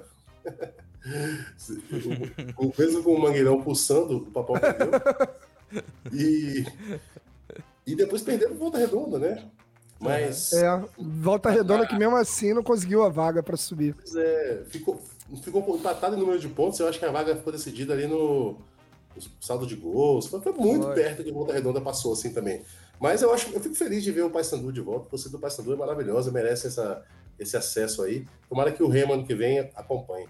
o, mesmo com o Mangueirão pulsando, o Papão perdeu. E, e depois perderam Volta Redonda, né? Mas. É, Volta Redonda que mesmo assim não conseguiu a vaga para subir. Pois é, ficou, ficou empatado em número de pontos. Eu acho que a vaga ficou decidida ali no, no saldo de gols. Foi, foi muito foi. perto que o Volta Redonda passou assim também. Mas eu acho, eu fico feliz de ver o Paysandu de volta. A torcida do Paysandu é maravilhosa, merece essa, esse acesso aí. Tomara que o Remo ano que vem acompanhe.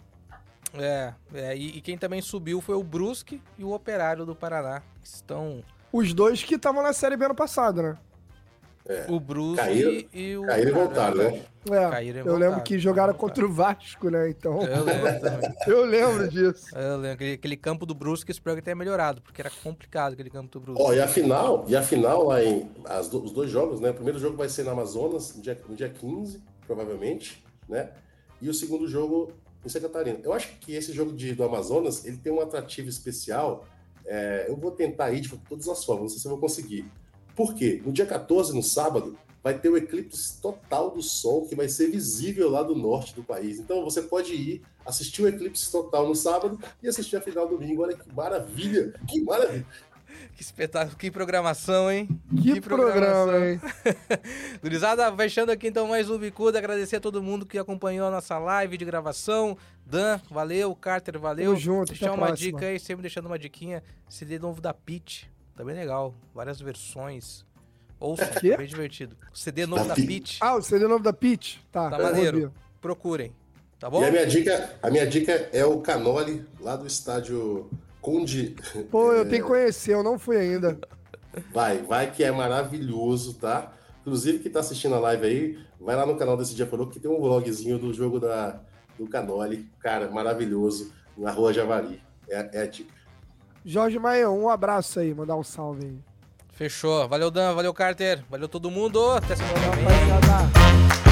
É, é e, e quem também subiu foi o Brusque e o Operário do Paraná, que estão... Os dois que estavam na Série B ano passado, né? É. O Brusque caíram, e o... Caíram e voltaram, né? É, caíram eu voltaram, lembro que jogaram contra o Vasco, né? Então... Eu lembro também. Eu lembro disso. Eu lembro, aquele, aquele campo do Brusque, espero que tenha melhorado, porque era complicado aquele campo do Brusque. Ó, oh, e a final, e a final lá em... As do, os dois jogos, né? O primeiro jogo vai ser no Amazonas, no dia, no dia quinze, provavelmente, né? E o segundo jogo... em Santa Catarina. Eu acho que esse jogo de, do Amazonas, ele tem um atrativo especial. É, eu vou tentar ir de todas as formas, não sei se eu vou conseguir. Por quê? No dia quatorze, no sábado, vai ter o eclipse total do Sol, que vai ser visível lá do norte do país. Então você pode ir assistir o eclipse total no sábado e assistir a final domingo. Olha que maravilha! Que maravilha! Que espetáculo, que programação, hein? Que, que programa, hein? Gurizada, fechando aqui então mais um Bicuda, agradecer a todo mundo que acompanhou a nossa live de gravação. Dan, valeu, Carter, valeu. Tamo junto, deixar uma próxima. Dica aí, sempre deixando uma diquinha, C D novo da Pitty, tá bem legal, várias versões. Ouça, tá bem divertido. O C D novo da, da Pitty. Ah, o C D novo da Pitty? Tá, tá maneiro, procurem, tá bom? E a minha dica, a minha dica é o Canoli, lá do estádio... Conde... Pô, eu tenho que conhecer, eu não fui ainda. Vai, vai que é maravilhoso, tá? Inclusive, quem tá assistindo a live aí, vai lá no canal desse Dia Falou, que tem um vlogzinho do jogo da, do Canoli. Cara, maravilhoso, na Rua Javari. É, é a dica. Jorge Maia, um abraço aí, mandar um salve aí. Fechou. Valeu, Dan, valeu, Carter. Valeu todo mundo. Até semana que vem.